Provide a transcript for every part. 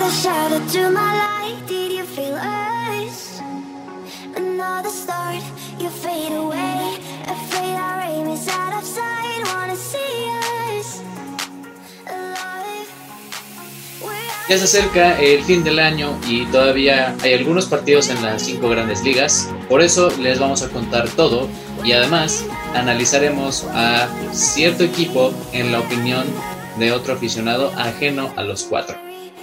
shadow to my light. Did you feel us? Another start, you fade away. Afraid our aim is out of sight. Wanna see us alive. Ya se acerca el fin del año y todavía hay algunos partidos en las 5 grandes ligas. Por eso les vamos a contar todo y además analizaremos a cierto equipo en la opinión de otro aficionado ajeno a los 4.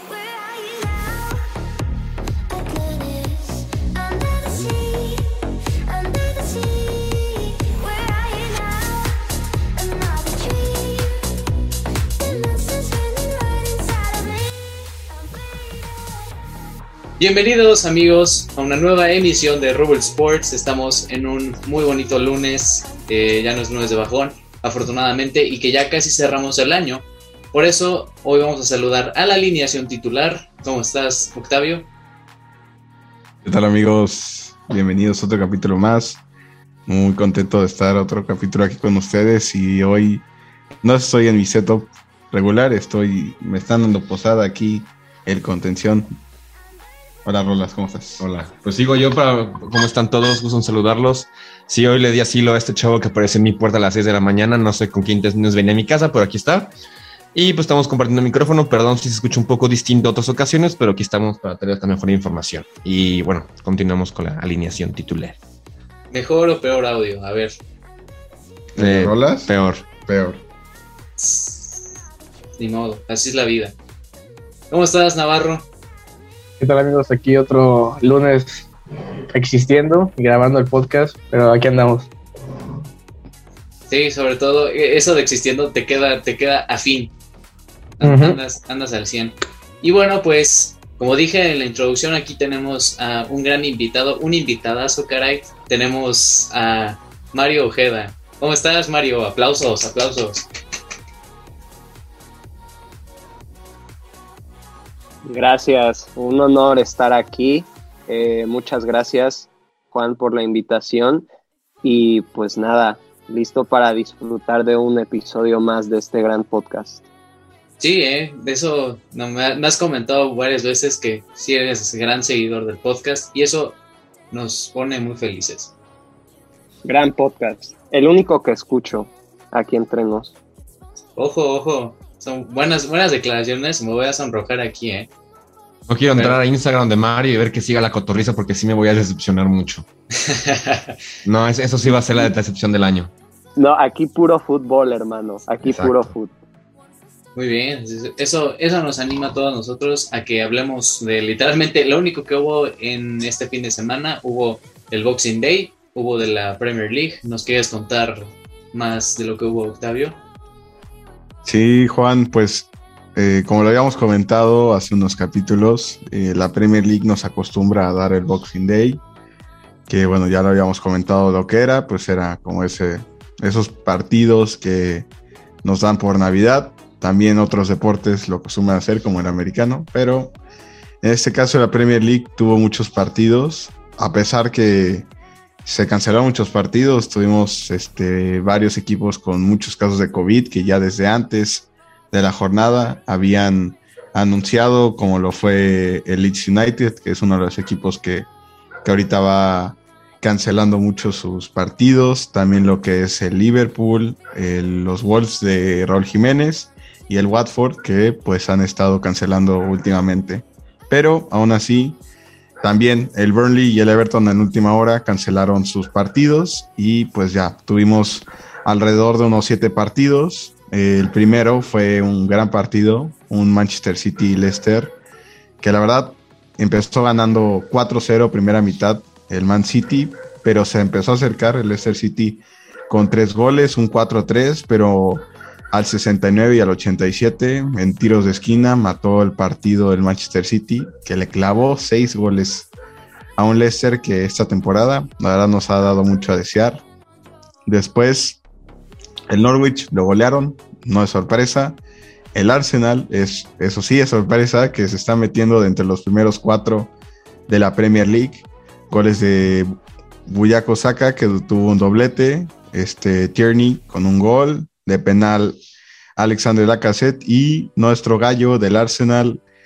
Bienvenidos amigos a una nueva emisión de Rubble Sports. Estamos en un muy bonito lunes, ya no es lunes de bajón, afortunadamente, y que ya casi cerramos el año. Por eso hoy vamos a saludar a la alineación titular. ¿Cómo estás, Octavio? ¿Qué tal amigos? Bienvenidos a otro capítulo más. Muy contento de estar otro capítulo aquí con ustedes y hoy no estoy en mi setup regular, me están dando posada aquí el contención. Hola Rolas, ¿cómo estás? Hola, pues sigo yo ¿cómo están todos? Gusto en saludarlos. Sí, hoy le di asilo a este chavo que aparece en mi puerta a las 6 de la mañana, no sé con quién nos venía a mi casa, pero aquí está. Y pues estamos compartiendo el micrófono, perdón si se escucha un poco distinto a otras ocasiones, pero aquí estamos para tener esta mejor información. Y bueno, continuamos con la alineación titular. ¿Mejor o peor audio? A ver. ¿Rolas? Peor. Ni modo, así es la vida. ¿Cómo estás, Navarro? ¿Qué tal amigos? Aquí otro lunes existiendo y grabando el podcast, pero aquí andamos. Sí, sobre todo eso de existiendo te queda afín. Andas al 100. Y bueno, pues como dije en la introducción, aquí tenemos a un gran invitado, un invitadazo, caray. Tenemos a Mario Ojeda. ¿Cómo estás, Mario? Aplausos. Gracias, un honor estar aquí. Muchas gracias, Juan, por la invitación. Y pues nada, listo para disfrutar de un episodio más de este gran podcast. Sí, de eso me has comentado varias veces que sí eres gran seguidor del podcast y eso nos pone muy felices. Gran podcast, el único que escucho aquí entre nos. Ojo, son buenas declaraciones, me voy a sonrojar aquí, No quiero entrar a Instagram de Mario y ver que siga la cotorriza porque sí me voy a decepcionar mucho. No, eso sí va a ser la decepción del año. No, aquí puro fútbol, hermano, aquí exacto. Puro fútbol. Muy bien, eso nos anima a todos nosotros a que hablemos de literalmente lo único que hubo en este fin de semana. Hubo el Boxing Day, hubo de la Premier League. ¿Nos quieres contar más de lo que hubo, Octavio? Sí, Juan, pues como lo habíamos comentado hace unos capítulos, la Premier League nos acostumbra a dar el Boxing Day, que bueno, ya lo habíamos comentado lo que era, pues era como esos partidos que nos dan por Navidad. También otros deportes lo acostumbran a hacer, como el americano, pero en este caso la Premier League tuvo muchos partidos, a pesar que se cancelaron muchos partidos, tuvimos varios equipos con muchos casos de COVID que ya desde antes de la jornada habían anunciado, como lo fue el Leeds United, que es uno de los equipos que ahorita va cancelando mucho sus partidos, también lo que es el Liverpool, los Wolves de Raúl Jiménez y el Watford, que pues han estado cancelando últimamente, pero aún así también el Burnley y el Everton en última hora cancelaron sus partidos y pues ya tuvimos alrededor de unos 7 partidos. El primero fue un gran partido, un Manchester City-Leicester, que la verdad empezó ganando 4-0 primera mitad el Man City, pero se empezó a acercar el Leicester City con 3 goles, un 4-3, pero al 69 y al 87 en tiros de esquina mató el partido del Manchester City, que le clavó 6 goles a un Leicester que esta temporada la verdad nos ha dado mucho a desear. Después el Norwich lo golearon, no es sorpresa. El Arsenal, eso sí es sorpresa, que se está metiendo de entre los primeros 4 de la Premier League. Goles de Bukayo Saka, que tuvo un doblete, Tierney con un gol, de penal Alexandre Lacazette, y nuestro gallo del Arsenal,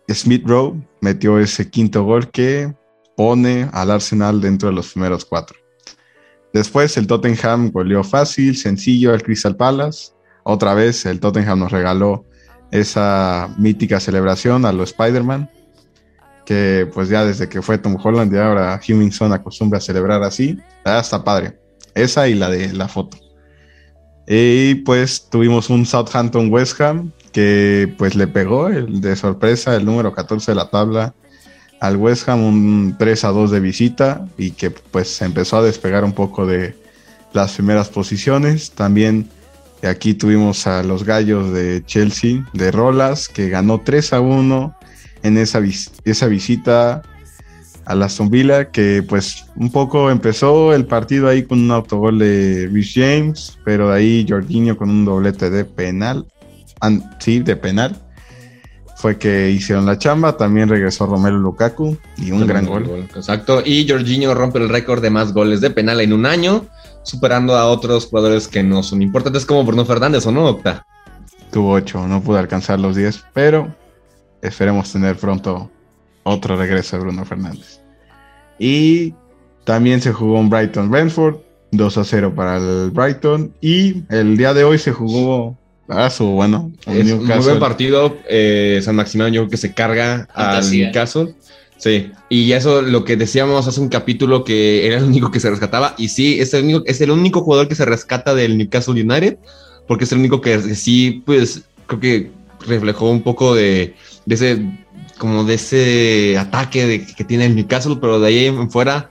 Smith Rowe metió ese quinto gol que pone al Arsenal dentro de los primeros 4. Después el Tottenham goleó fácil, sencillo al Crystal Palace. Otra vez el Tottenham nos regaló esa mítica celebración a los Spider-Man, que pues ya desde que fue Tom Holland y ahora Hummingson acostumbra a celebrar así. Está padre. Esa y la de la foto. Y pues tuvimos un Southampton West Ham que pues le pegó de sorpresa el número 14 de la tabla al West Ham, un 3-2 de visita, y que pues empezó a despegar un poco de las primeras posiciones. También aquí tuvimos a los gallos de Chelsea de Rolas, que ganó 3-1 en esa visita a la Aston Villa, que pues un poco empezó el partido ahí con un autogol de Reece James, pero de ahí Jorginho con un doblete de penal, de penal, fue que hicieron la chamba. También regresó Romelu Lukaku y un gran gol. Exacto, y Jorginho rompe el récord de más goles de penal en un año, superando a otros jugadores que no son importantes como Bruno Fernández, ¿o no, Octa? Tuvo 8, no pudo alcanzar los 10, pero esperemos tener pronto otro regreso de Bruno Fernández. Y también se jugó un Brighton-Brentford, 2-0 para el Brighton. Y el día de hoy se jugó un muy buen partido. San Maximiliano yo creo que se carga al Newcastle. Sí, y eso lo que decíamos hace un capítulo, que era el único que se rescataba. Y sí, es el único jugador que se rescata del Newcastle United, porque es el único que sí, pues creo que reflejó un poco de ese ataque que tiene el Newcastle, pero de ahí en fuera,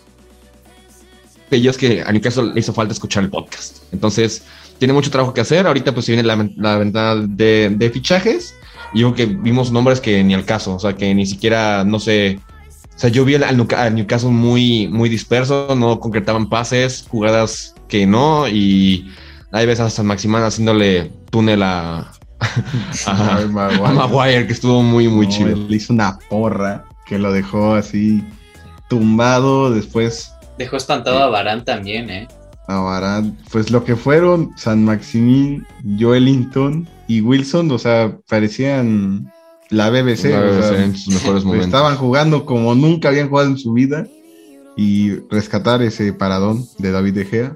ellos que a Newcastle le hizo falta escuchar el podcast. Entonces, tiene mucho trabajo que hacer. Ahorita pues se viene la ventana de fichajes, y yo creo que vimos nombres que ni al caso, o sea, que ni siquiera, no sé, o sea, yo vi al Newcastle muy, muy disperso, no concretaban pases, jugadas que no, y ahí ves a San Maximán haciéndole túnel a Maguire, que estuvo muy, muy chido. Le hizo una porra que lo dejó así tumbado. Después dejó espantado a Varane también, A Varane, pues lo que fueron San Maximín, Joelinton y Wilson, o sea, parecían la BBC, o sea, en sus mejores momentos. Estaban jugando como nunca habían jugado en su vida, y rescatar ese paradón de David De Gea,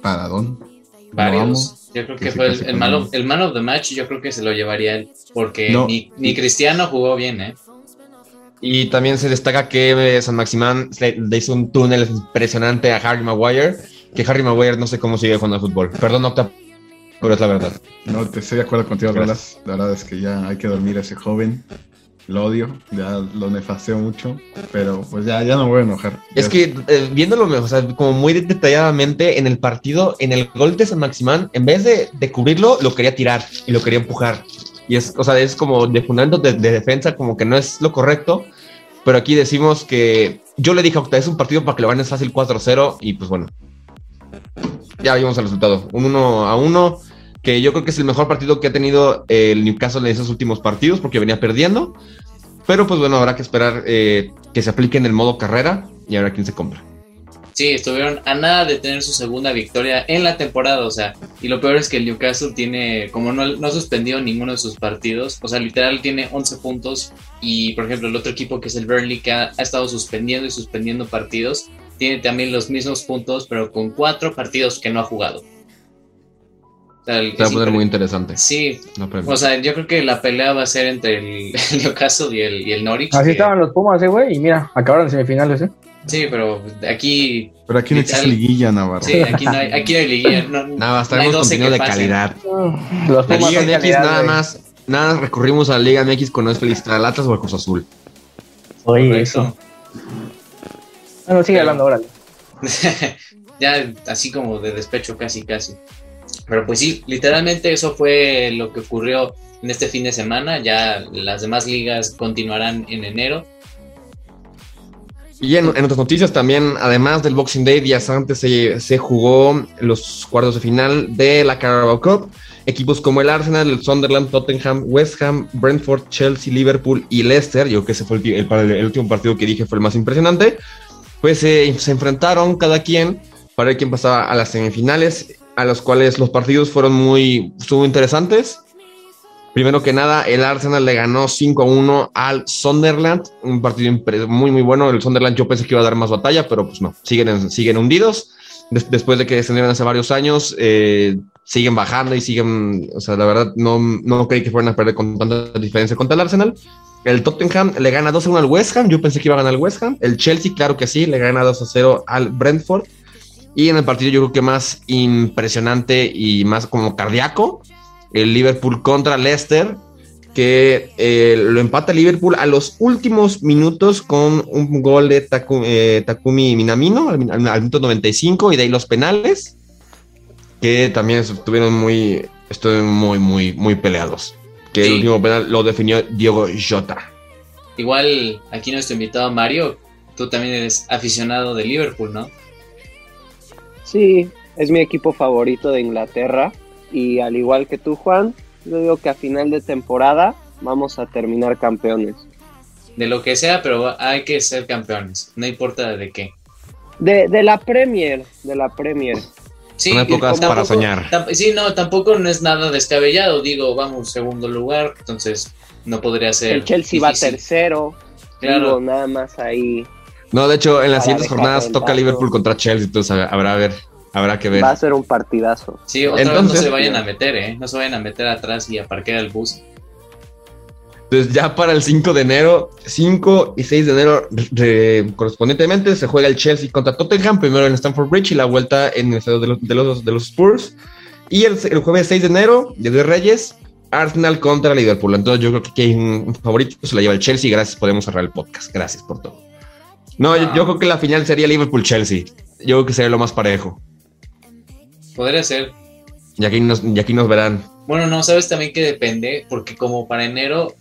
varios. Yo creo que fue el man of the match. Yo creo que se lo llevaría él, porque ni Cristiano jugó bien, Y también se destaca que San Maximán le hizo un túnel impresionante a Harry Maguire, que Harry Maguire no sé cómo sigue jugando al fútbol. Perdón, Octa, pero es la verdad. No, te estoy de acuerdo contigo, Rolas. La verdad es que ya hay que dormir a ese joven. Lo odio, ya lo nefasteo mucho, pero pues ya no me voy a enojar. Es que viéndolo, o sea, como muy detalladamente en el partido, en el gol de San Maximán, en vez de cubrirlo, lo quería tirar y lo quería empujar. Y es como de fundamento de defensa, como que no es lo correcto. Pero aquí decimos que yo le dije a Octa, es un partido para que lo ganes fácil 4-0, y pues bueno, ya vimos el resultado, un 1-1, que yo creo que es el mejor partido que ha tenido el Newcastle en esos últimos partidos, porque venía perdiendo. Pero pues bueno, habrá que esperar que se aplique en el modo carrera y a ver quién se compra. Sí, estuvieron a nada de tener su segunda victoria en la temporada, o sea, y lo peor es que el Newcastle tiene, como no ha suspendido ninguno de sus partidos, o sea, literal tiene 11 puntos, y por ejemplo el otro equipo que es el Burnley, que ha estado suspendiendo partidos, tiene también los mismos puntos, pero con 4 partidos que no ha jugado. O sea, se va a poner muy interesante. Sí, o sea, yo creo que la pelea va a ser entre el Newcastle y el Norwich. Así estaban los Pumas, güey, y mira, acabaron en semifinales, Sí, pero aquí... Pero aquí no existe liguilla, Navarro. Sí, aquí no hay liguilla. Nada, estaremos contenido de calidad. Los la Pumas Liga MX nada recurrimos a la Liga MX cuando es felicitar al Atlas o al Cruz Azul. Oye, eso. Bueno, sigue hablando, órale. Ya así como de despecho casi. Pero pues sí, literalmente eso fue lo que ocurrió en este fin de semana. Ya las demás ligas continuarán en enero. Y en otras noticias también, además del Boxing Day, días antes se jugó los cuartos de final de la Carabao Cup. Equipos como el Arsenal, el Sunderland, Tottenham, West Ham, Brentford, Chelsea, Liverpool y Leicester, yo creo que ese fue el último partido que dije fue el más impresionante, pues se enfrentaron cada quien para ver quién pasaba a las semifinales, a los cuales los partidos fueron muy interesantes. Primero que nada, el Arsenal le ganó 5-1 al Sunderland, un partido muy, muy bueno. El Sunderland yo pensé que iba a dar más batalla, pero pues no, siguen hundidos. Después de que descendieron hace varios años, siguen bajando y siguen, o sea, la verdad no creí que fueran a perder con tanta diferencia contra el Arsenal. El Tottenham le gana 2-1 al West Ham, yo pensé que iba a ganar el West Ham. El Chelsea, claro que sí, le gana 2-0 al Brentford. Y en el partido yo creo que más impresionante y más como cardíaco, el Liverpool contra Leicester, que lo empata Liverpool a los últimos minutos con un gol de Takumi Minamino al minuto 95, y de ahí los penales, que también estuvieron muy peleados. Que sí. El último penal lo definió Diogo Jota. Igual aquí nuestro invitado Mario, tú también eres aficionado de Liverpool, ¿no? Sí, es mi equipo favorito de Inglaterra. Y al igual que tú, Juan, yo digo que a final de temporada vamos a terminar campeones. De lo que sea, pero hay que ser campeones, no importa de qué. De la Premier. Sí, son épocas para soñar. Sí, no, tampoco no es nada descabellado. Digo, vamos, segundo lugar, entonces no podría ser. El Chelsea difícil. Va tercero. Claro. Digo, nada más ahí. No, de hecho, en las siguientes jornadas toca Liverpool contra Chelsea, entonces habrá que ver. Va a ser un partidazo. Sí, otra vez no se vayan a meter, no se vayan a meter atrás y a parquear el bus. Entonces ya para el 5 de enero, 5 y 6 de enero correspondientemente, se juega el Chelsea contra Tottenham, primero en Stamford Bridge y la vuelta en el estadio de los Spurs. Y el jueves 6 de enero, Día de Reyes, Arsenal contra Liverpool. Entonces yo creo que aquí hay un favorito, se la lleva el Chelsea. Gracias, podemos cerrar el podcast. Gracias por todo. No, yo creo que la final sería Liverpool-Chelsea. Yo creo que sería lo más parejo. Podría ser. Y aquí nos verán. Bueno, no, sabes también que depende, porque como para enero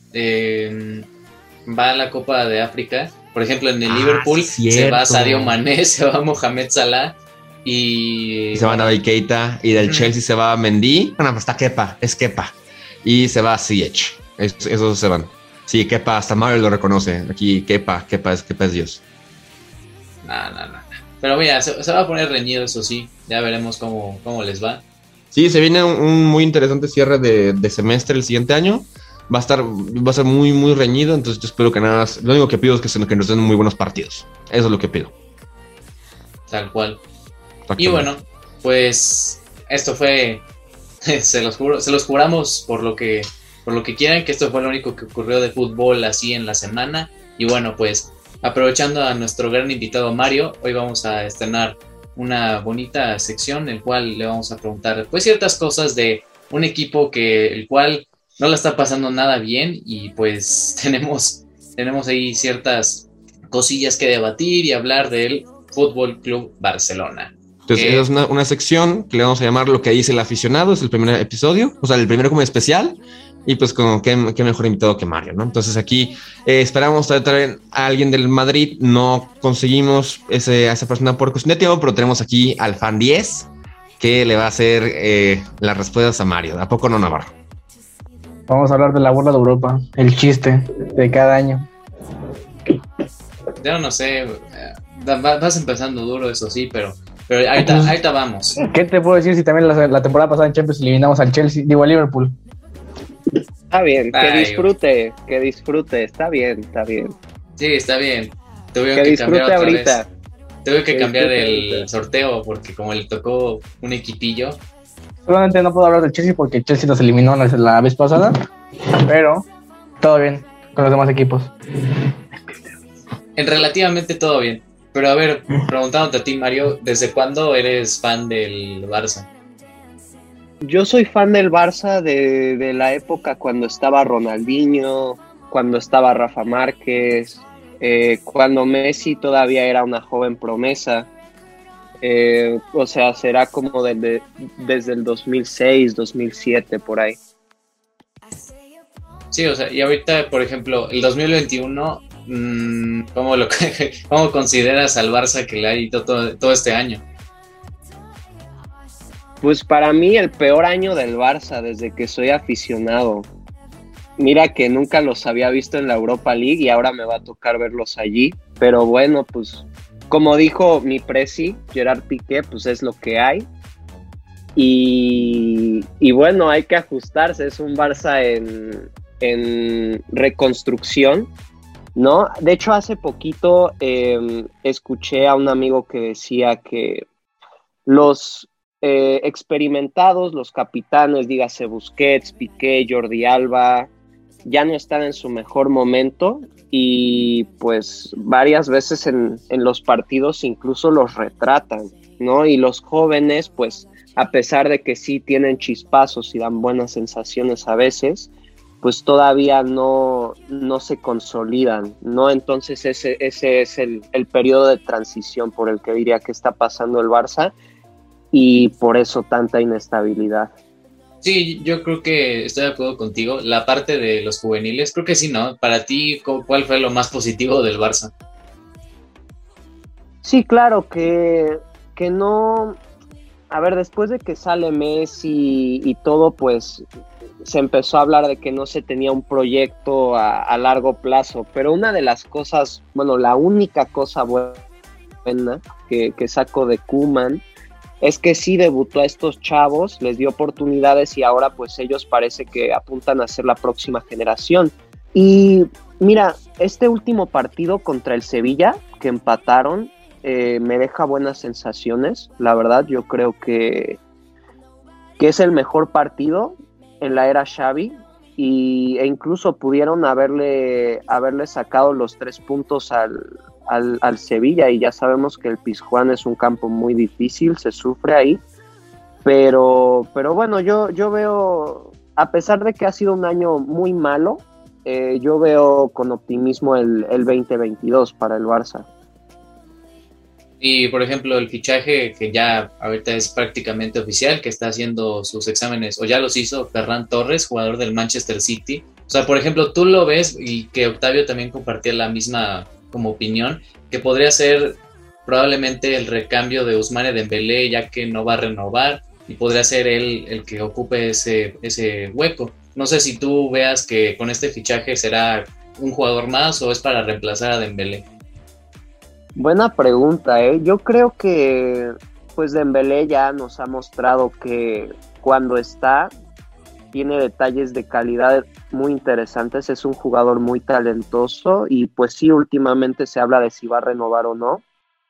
va la Copa de África. Por ejemplo, en el Liverpool se va Sadio Mané, se va Mohamed Salah y se va Naby Keita, y del Chelsea se va Mendy. Bueno, pues está Kepa, es Kepa. Y se va Ziyech. Esos se van. Sí, Kepa, hasta Mario lo reconoce. Aquí Kepa es Dios. No. Pero mira, se va a poner reñido, eso sí. Ya veremos cómo les va. Sí, se viene un muy interesante cierre de semestre el siguiente año. Va a ser muy, muy reñido. Entonces yo espero que nada más. Lo único que pido es que nos den muy buenos partidos. Eso es lo que pido. Tal cual. Y bueno, pues esto fue. se los juramos por lo que quieran, que esto fue lo único que ocurrió de fútbol así en la semana. Y bueno, pues aprovechando a nuestro gran invitado Mario, hoy vamos a estrenar una bonita sección en el cual le vamos a preguntar pues ciertas cosas de un equipo el cual no la está pasando nada bien, y pues tenemos ahí ciertas cosillas que debatir y hablar del Fútbol Club Barcelona. Entonces es una sección que le vamos a llamar Lo que dice el aficionado. Es el primer episodio, o sea, el primero como especial. Y pues como qué mejor invitado que Mario, ¿no? Entonces aquí esperamos traer a alguien del Madrid. No conseguimos a esa persona por cuestión de tiempo, pero tenemos aquí al fan 10 que le va a hacer las respuestas a Mario. ¿A poco no, Navarro? Vamos a hablar de la burla de Europa, el chiste de cada año. Yo no sé, vas empezando duro, eso sí, pero ahorita vamos. ¿Qué te puedo decir si también la temporada pasada en Champions eliminamos al Chelsea, digo a Liverpool? Está bien, que disfrute, está bien. Sí, está bien. Que disfrute ahorita. Tuve que cambiar el sorteo porque como le tocó un equipillo. Solamente no puedo hablar del Chelsea porque Chelsea nos eliminó la vez pasada, pero todo bien con los demás equipos. En relativamente todo bien. Pero a ver, preguntándote a ti, Mario, ¿desde cuándo eres fan del Barça? Yo soy fan del Barça de la época cuando estaba Ronaldinho, cuando estaba Rafa Márquez, cuando Messi todavía era una joven promesa. O sea, será como desde el 2006, 2007, por ahí. Sí, o sea, y ahorita, por ejemplo, el 2021, ¿cómo consideras al Barça que le ha ido todo este año? Pues para mí el peor año del Barça desde que soy aficionado. Mira que nunca los había visto en la Europa League y ahora me va a tocar verlos allí. Pero bueno, pues como dijo mi presi, Gerard Piqué, pues es lo que hay. y bueno, hay que ajustarse, es un Barça en reconstrucción, ¿no? De hecho, hace poquito escuché a un amigo que decía que los experimentados, los capitanes, dígase Busquets, Piqué, Jordi Alba, ya no están en su mejor momento y pues varias veces en los partidos incluso los retratan, ¿no? Y los jóvenes, pues a pesar de que sí tienen chispazos y dan buenas sensaciones a veces, pues todavía no se consolidan, ¿no? Entonces ese es el periodo de transición por el que diría que está pasando el Barça y por eso tanta inestabilidad. Sí, yo creo que estoy de acuerdo contigo. La parte de los juveniles, creo que sí, ¿no? Para ti, ¿cuál fue lo más positivo del Barça? Sí, claro, que no... A ver, después de que sale Messi y todo, pues se empezó a hablar de que no se tenía un proyecto a largo plazo, pero una de las cosas, bueno, la única cosa buena que saco de Koeman es que sí debutó a estos chavos, les dio oportunidades y ahora pues ellos parece que apuntan a ser la próxima generación. Y mira, este último partido contra el Sevilla, que empataron, me deja buenas sensaciones, la verdad. Yo creo que es el mejor partido en la era Xavi e incluso pudieron haberle sacado los 3 puntos al Sevilla, y ya sabemos que el Pizjuán es un campo muy difícil, se sufre ahí, pero bueno, yo veo, a pesar de que ha sido un año muy malo, yo veo con optimismo el 2022 para el Barça. Y por ejemplo, el fichaje que ya ahorita es prácticamente oficial, que está haciendo sus exámenes, o ya los hizo, Ferran Torres, jugador del Manchester City. O sea, por ejemplo, tú lo ves, y que Octavio también compartía la misma como opinión, que podría ser probablemente el recambio de Ousmane Dembélé, ya que no va a renovar, y podría ser él el que ocupe ese hueco. No sé si tú veas que con este fichaje será un jugador más o es para reemplazar a Dembélé. Buena pregunta, ¿eh? Yo creo que pues Dembélé ya nos ha mostrado que cuando está tiene detalles de calidad muy interesantes, es un jugador muy talentoso y pues sí, últimamente se habla de si va a renovar o no.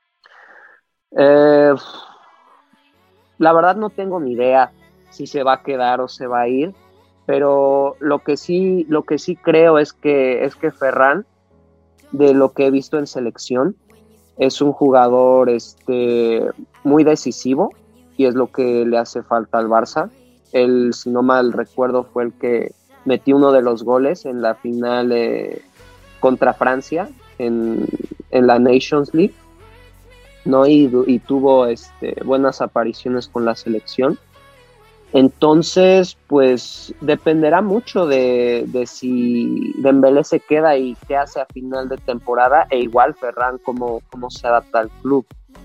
La verdad no tengo ni idea si se va a quedar o se va a ir, pero lo que sí creo es que Ferran, de lo que he visto en selección, es un jugador muy decisivo y es lo que le hace falta al Barça. Él, si no mal recuerdo, fue el que metió uno de los goles en la final contra Francia en la Nations League, ¿no? Y tuvo buenas apariciones con la selección. Entonces, pues dependerá mucho de si Dembélé se queda y qué hace a final de temporada, e igual Ferran cómo se adapta al club.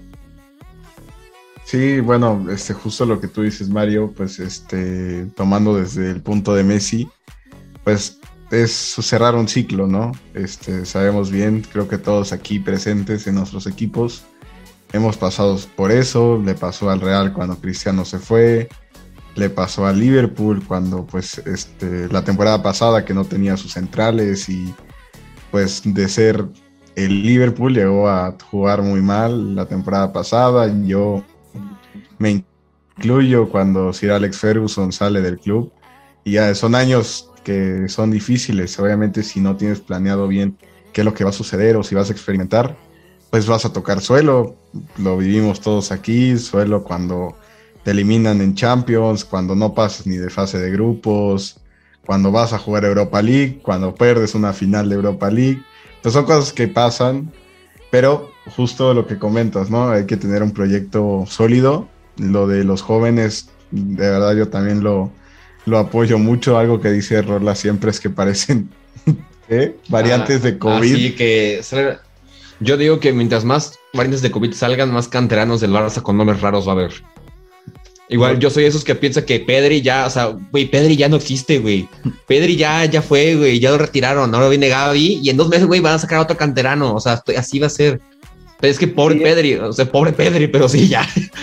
Sí, bueno, justo lo que tú dices, Mario, pues tomando desde el punto de Messi, pues es cerrar un ciclo, ¿no? Sabemos bien, creo que todos aquí presentes en nuestros equipos hemos pasado por eso. Le pasó al Real cuando Cristiano se fue, le pasó al Liverpool cuando pues la temporada pasada que no tenía sus centrales y pues de ser el Liverpool llegó a jugar muy mal la temporada pasada. Yo me incluyo cuando Sir Alex Ferguson sale del club y ya son años que son difíciles. Obviamente si no tienes planeado bien qué es lo que va a suceder o si vas a experimentar, pues vas a tocar suelo. Lo vivimos todos aquí, suelo cuando te eliminan en Champions, cuando no pasas ni de fase de grupos, cuando vas a jugar Europa League, cuando pierdes una final de Europa League. Entonces son cosas que pasan, pero justo lo que comentas, ¿no? Hay que tener un proyecto sólido. Lo de los jóvenes, de verdad yo también lo apoyo mucho. Algo que dice Rola siempre es que parecen variantes de COVID. Así que yo digo que mientras más variantes de COVID salgan, más canteranos del Barça con nombres raros va a haber. Igual yo soy esos que piensa que Pedri ya, o sea, güey, Pedri ya no existe, güey. Pedri ya fue, güey, ya lo retiraron. Ahora viene Gavi y en 2 meses, güey, van a sacar a otro canterano. O sea, así va a ser. Pero es que pobre Pedri, o sea, pobre Pedri, pero sí, ya.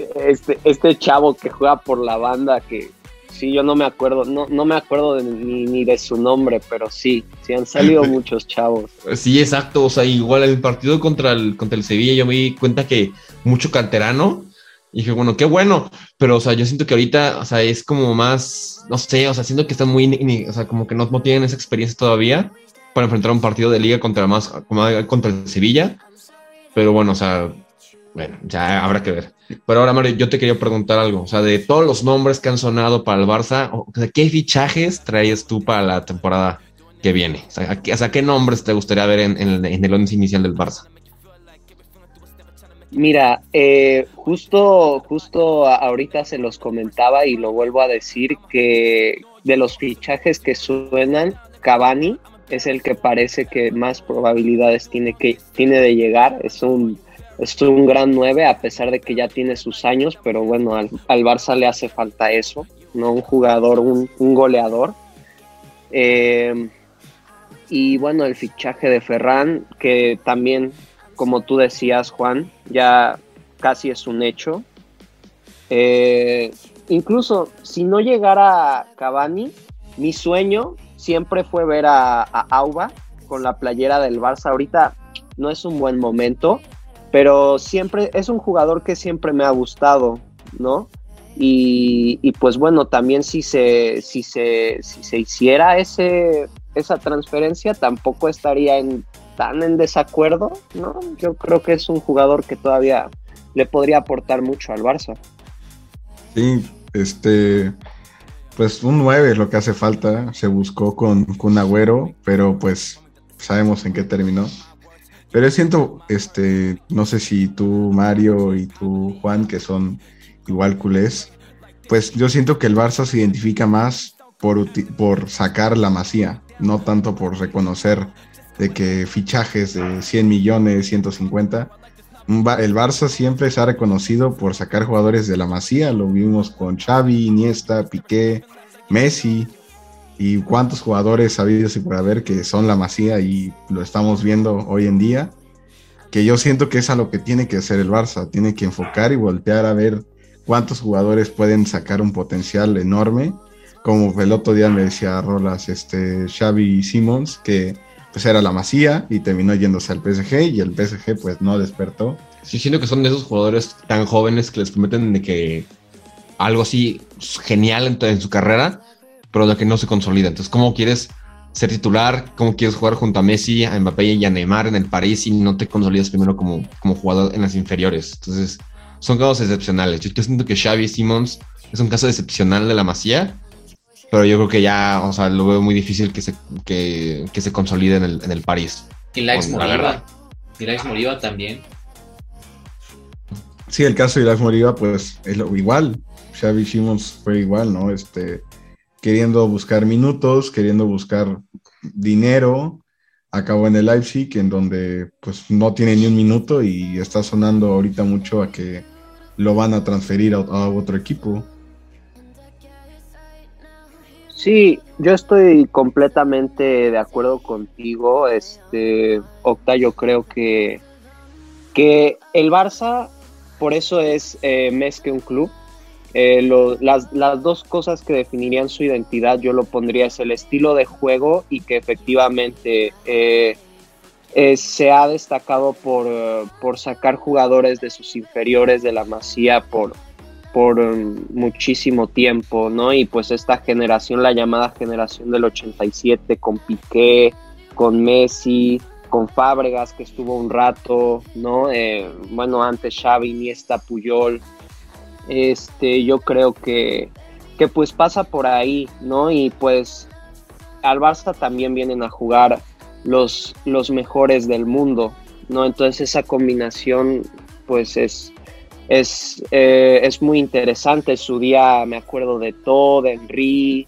este chavo que juega por la banda, que sí, yo no me acuerdo, no me acuerdo ni de su nombre, pero sí han salido muchos chavos. Sí, exacto, o sea, igual el partido contra el Sevilla yo me di cuenta que mucho canterano, y dije, bueno, qué bueno, pero, o sea, yo siento que ahorita, o sea, es como más, no sé, o sea, siento que están muy, o sea, como que no tienen esa experiencia todavía para enfrentar un partido de liga contra el Sevilla, pero bueno, o sea, bueno, ya habrá que ver. Pero ahora, Mario, yo te quería preguntar algo, o sea, de todos los nombres que han sonado para el Barça, o sea, ¿qué fichajes traes tú para la temporada que viene? O sea, ¿qué nombres te gustaría ver en el once inicial del Barça? Mira, justo ahorita se los comentaba y lo vuelvo a decir, que de los fichajes que suenan, Cavani es el que parece que más probabilidades tiene de llegar. Es un gran 9, a pesar de que ya tiene sus años, pero bueno, al Barça le hace falta eso, ¿no? Un jugador, un goleador. Y bueno, el fichaje de Ferran, que también, como tú decías, Juan, ya casi es un hecho. Incluso si no llegara Cavani, mi sueño siempre fue ver a Auba con la playera del Barça. Ahorita no es un buen momento, pero siempre es un jugador que siempre me ha gustado, ¿no? Y pues bueno, también si se hiciera esa transferencia, tampoco estaría tan en desacuerdo, ¿no? Yo creo que es un jugador que todavía le podría aportar mucho al Barça. Sí, pues un 9 es lo que hace falta. Se buscó con Agüero, pero pues sabemos en qué terminó. Pero yo siento, no sé si tú, Mario, y tú, Juan, que son igual culés, pues yo siento que el Barça se identifica más por sacar la Masía, no tanto por reconocer de que fichajes de 100 millones, 150. El Barça siempre se ha reconocido por sacar jugadores de la Masía. Lo vimos con Xavi, Iniesta, Piqué, Messi, y cuántos jugadores habidos y por haber que son la Masía, y lo estamos viendo hoy en día, que yo siento que es a lo que tiene que hacer el Barça. Tiene que enfocar y voltear a ver cuántos jugadores pueden sacar un potencial enorme, como el otro día me decía Rolas, Xavi Simons, que pues era la Masía y terminó yéndose al PSG, y el PSG pues no despertó. Sí, siento que son de esos jugadores tan jóvenes que les prometen de que algo así genial en su carrera, pero de que no se consolida. Entonces, ¿cómo quieres ser titular? ¿Cómo quieres jugar junto a Messi, a Mbappé y a Neymar en el París si no te consolidas primero como jugador en las inferiores? Entonces, son casos excepcionales. Yo siento que Xavi Simons es un caso excepcional de la Masía, pero yo creo que ya, o sea, lo veo muy difícil que se consolide en el París. Y Laix Moriba también. Sí, el caso de Laix Moriba, pues es igual. Xavi Simons fue igual, ¿no? Queriendo buscar minutos, queriendo buscar dinero, acabó en el Leipzig, en donde pues no tiene ni un minuto, y está sonando ahorita mucho a que lo van a transferir a otro equipo. Sí, yo estoy completamente de acuerdo contigo, Octa. Yo creo que el Barça, por eso es más que un club. Las dos cosas que definirían su identidad, yo lo pondría, es el estilo de juego, y que efectivamente se ha destacado por sacar jugadores de sus inferiores de la Masía por muchísimo tiempo, ¿no? Y pues esta generación, la llamada generación del 87, con Piqué, con Messi, con Fábregas, que estuvo un rato, ¿no? Bueno, antes Xavi, Iniesta, Puyol. Yo creo que pues pasa por ahí, ¿no? Y pues al Barça también vienen a jugar los mejores del mundo, ¿no? Entonces esa combinación pues es muy interesante. Su día me acuerdo de todo, de Henry,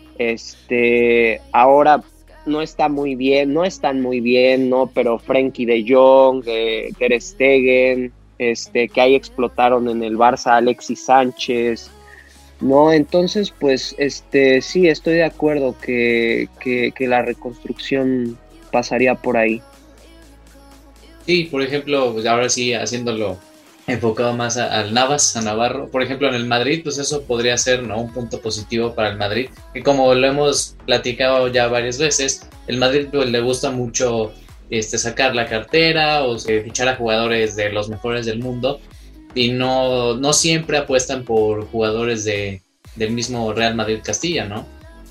ahora no están muy bien, ¿no? Pero Frenkie de Jong, Ter Stegen, que ahí explotaron en el Barça, Alexis Sánchez, ¿no? Entonces, pues, sí, estoy de acuerdo que la reconstrucción pasaría por ahí. Sí, por ejemplo, pues ahora sí, haciéndolo enfocado más al Navas, a Navarro. Por ejemplo, en el Madrid, pues eso podría ser, ¿no?, un punto positivo para el Madrid, que como lo hemos platicado ya varias veces, el Madrid pues, le gusta mucho sacar la cartera o fichar a jugadores de los mejores del mundo y no siempre apuestan por jugadores del mismo Real Madrid Castilla, ¿no?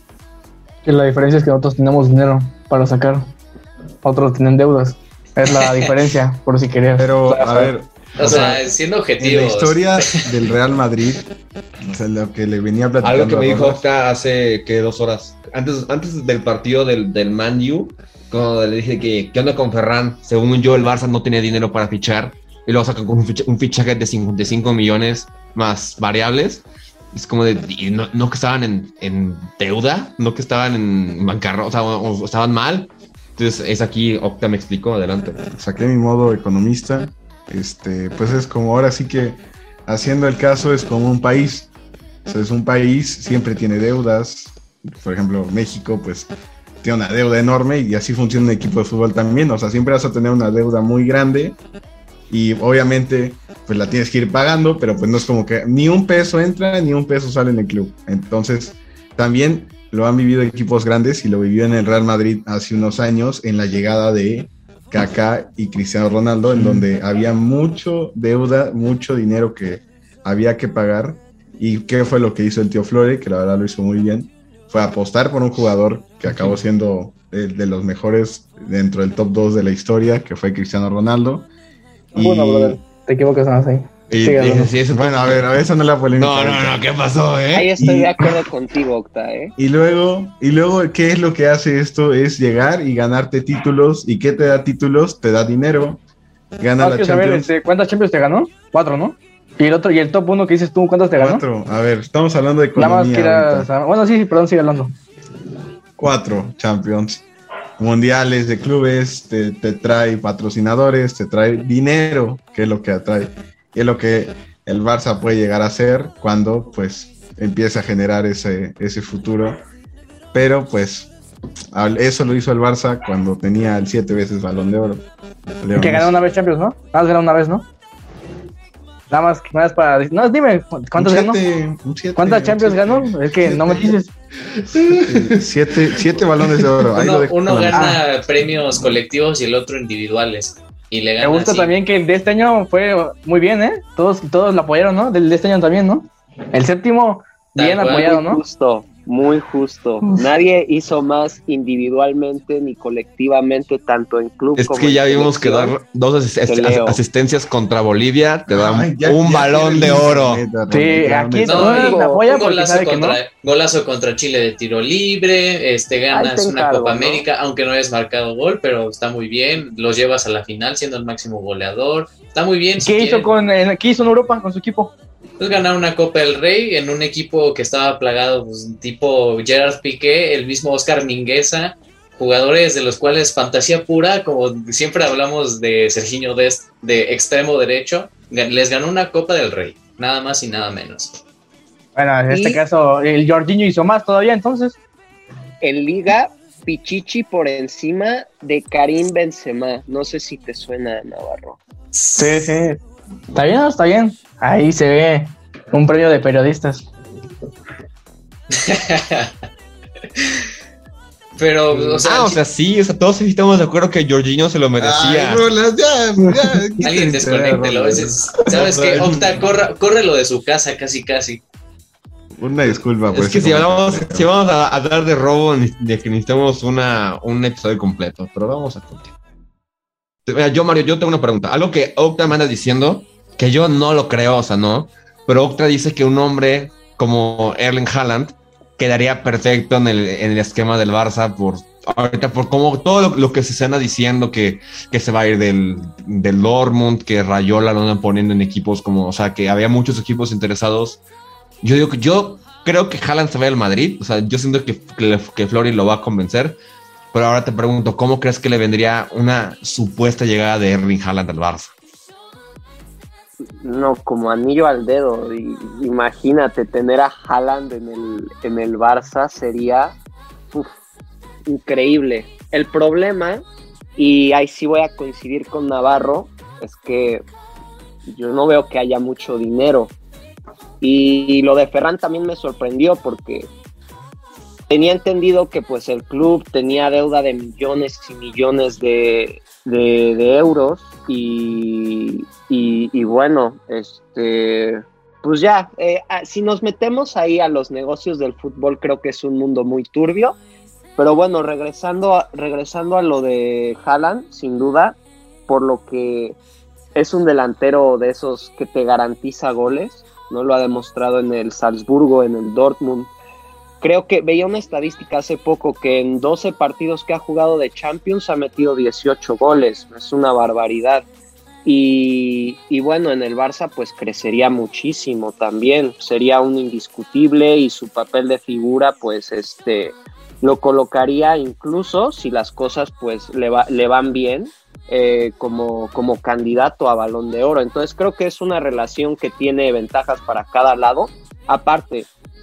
Que la diferencia es que nosotros tenemos dinero para sacar, otros tienen deudas. Es la diferencia, por si querías. Pero, a ver, o sea, siendo objetivos. En la historia del Real Madrid, o sea, lo que le venía platicando. Algo que me dijo Octa hace 2 horas. Antes del partido del Man U, cuando le dije que ¿qué onda con Ferran? Según yo, el Barça no tenía dinero para fichar. Y luego sacan con un fichaje de 55 millones más variables. Es como de, no que estaban en deuda, no que estaban en bancarrota, o estaban mal. Entonces, es aquí, Octa me explicó, adelante. Saqué mi modo economista. Pues es como ahora sí que haciendo el caso es como un país. O sea, es un país, siempre tiene deudas. Por ejemplo, México, pues tiene una deuda enorme y así funciona un equipo de fútbol también. O sea, siempre vas a tener una deuda muy grande y obviamente pues la tienes que ir pagando, pero pues no es como que ni un peso entra ni un peso sale en el club. Entonces, también lo han vivido equipos grandes y lo vivió en el Real Madrid hace unos años en la llegada de Kaká y Cristiano Ronaldo, en donde había mucho deuda, mucho dinero que había que pagar. ¿Y qué fue lo que hizo el tío Flore? Que la verdad lo hizo muy bien. Fue apostar por un jugador que acabó siendo de los mejores dentro del top 2 de la historia, que fue Cristiano Ronaldo. Bueno, brother, te equivocas más ahí. Bueno, a ver, eso no es la polémica. No, ¿qué pasó, Ahí estoy de acuerdo contigo, Octa, Y luego, ¿qué es lo que hace esto? Es llegar y ganarte títulos. ¿Y qué te da títulos? Te da dinero. Gana la Champions. Ver, ¿cuántas Champions te ganó? 4, ¿no? Y el top 1 que dices tú, ¿cuántas te ganó? 4. A ver, estamos hablando de economía. Nada más bueno, sí, perdón, sigue hablando. 4 Champions. Mundiales de clubes, te trae patrocinadores, te trae dinero, que es lo que atrae. Y es lo que el Barça puede llegar a hacer cuando pues empieza a generar ese futuro. Pero pues eso lo hizo el Barça cuando tenía el 7 veces Balón de Oro. Que ganó una vez Champions, ¿no? Has ganado una vez, ¿no? Nada más para... No, dime, ¿cuántos ganó? ¿Cuántas Champions ganó? Es que no me dices. 7 balones de oro. Uno gana premios colectivos y el otro individuales. Y le gana. Me gusta también que el de este año fue muy bien, ¿eh? Todos lo apoyaron, ¿no? Del de este año también, ¿no? El séptimo, bien apoyado, ¿no? Muy justo. Nadie hizo más individualmente ni colectivamente, tanto en club como en selección. Es que ya vimos que dar 2 asistencias contra Bolivia te dan un balón de oro. Sí, aquí no apoya porque sabe que no. Golazo contra Chile de tiro libre, ganas una Copa América, aunque no hayas marcado gol, pero está muy bien. Los llevas a la final siendo el máximo goleador. Está muy bien. ¿Qué hizo en Europa con su equipo? Pues ganar una Copa del Rey en un equipo que estaba plagado, pues, tipo Gerard Piqué, el mismo Oscar Mingueza, jugadores de los cuales fantasía pura, como siempre hablamos de Serginho Dest, de extremo derecho, les ganó una Copa del Rey, nada más y nada menos. Bueno, en este caso, el Jorginho hizo más todavía, entonces. En Liga, Pichichi por encima de Karim Benzema, no sé si te suena, Navarro. Sí. Está bien. Ahí se ve un premio de periodistas. Pero, o sea, sí, todos estamos de acuerdo que Jorginho se lo merecía. Ay, alguien desconéctelo. ¿Sabes qué? Octa, córrelo de su casa casi. Una disculpa. Es que si vamos a hablar de robo, de que necesitamos un episodio completo, pero vamos a continuar. Mira, Mario, yo tengo una pregunta. Algo que Octa me anda diciendo, que yo no lo creo, o sea, no, pero Octa dice que un hombre como Erling Haaland quedaría perfecto en el esquema del Barça por como todo lo que se anda diciendo que se va a ir del Dortmund, que Rayola lo andan poniendo en equipos como, o sea, que había muchos equipos interesados. Yo creo que Haaland se va al Madrid, o sea, yo siento que Flori lo va a convencer. Pero ahora te pregunto, ¿cómo crees que le vendría una supuesta llegada de Erling Haaland al Barça? No, como anillo al dedo. Imagínate, tener a Haaland en el Barça sería increíble. El problema, y ahí sí voy a coincidir con Navarro, es que yo no veo que haya mucho dinero. Y lo de Ferran también me sorprendió porque tenía entendido que pues el club tenía deuda de millones y millones de euros y bueno, pues ya, si nos metemos ahí a los negocios del fútbol, creo que es un mundo muy turbio, pero bueno, regresando a lo de Haaland, sin duda, por lo que es un delantero de esos que te garantiza goles, ¿no? Lo ha demostrado en el Salzburgo, en el Dortmund. Creo que veía una estadística hace poco que en 12 partidos que ha jugado de Champions ha metido 18 goles. Es una barbaridad. Y bueno, en el Barça pues crecería muchísimo también. Sería un indiscutible y su papel de figura pues lo colocaría incluso si las cosas pues le van bien como candidato a Balón de Oro. Entonces creo que es una relación que tiene ventajas para cada lado. Aparte,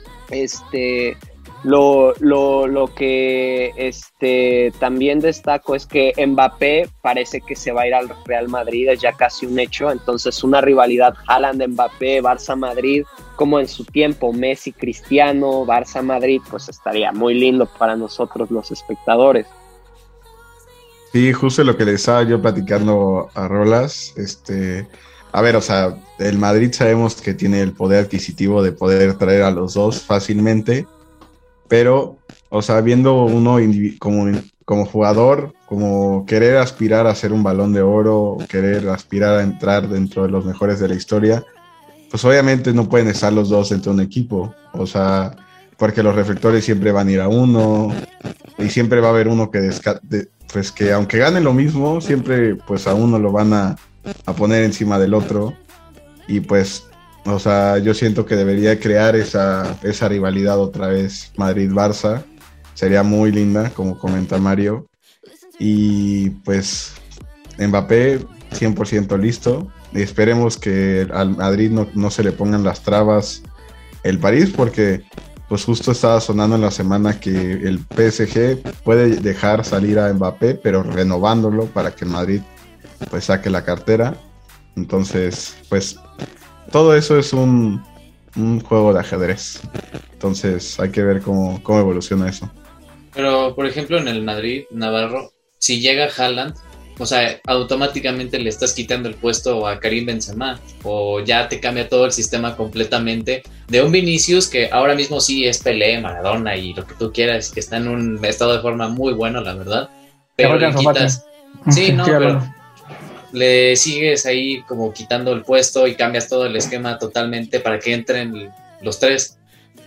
lo que también destaco es que Mbappé parece que se va a ir al Real Madrid, es ya casi un hecho. Entonces una rivalidad Haaland-Mbappé, Barça-Madrid, como en su tiempo Messi-Cristiano, Barça-Madrid, pues estaría muy lindo para nosotros los espectadores. Sí, justo lo que le estaba yo platicando a Rolas, a ver, o sea, el Madrid sabemos que tiene el poder adquisitivo de poder traer a los dos fácilmente, pero, o sea, viendo uno como jugador, como querer aspirar a ser un Balón de Oro, querer aspirar a entrar dentro de los mejores de la historia, pues obviamente no pueden estar los dos dentro de un equipo, o sea, porque los reflectores siempre van a ir a uno y siempre va a haber uno pues que aunque gane lo mismo, siempre pues a uno lo van a poner encima del otro y pues, o sea, yo siento que debería crear esa rivalidad otra vez Madrid-Barça, sería muy linda, como comenta Mario, y pues Mbappé 100% listo, y esperemos que al Madrid no se le pongan las trabas el París, porque pues justo estaba sonando en la semana que el PSG puede dejar salir a Mbappé, pero renovándolo para que el Madrid pues saque la cartera. Entonces, pues todo eso es un juego de ajedrez. Entonces hay que ver cómo evoluciona eso. Pero, por ejemplo, en el Madrid, Navarro, si llega Haaland, o sea, automáticamente le estás quitando el puesto a Karim Benzema, o ya te cambia todo el sistema completamente de un Vinicius que ahora mismo sí es Pelé, Maradona y lo que tú quieras, que está en un estado de forma muy bueno, la verdad, pero le quitas... Sí, no, pero le sigues ahí como quitando el puesto y cambias todo el esquema totalmente para que entren los tres.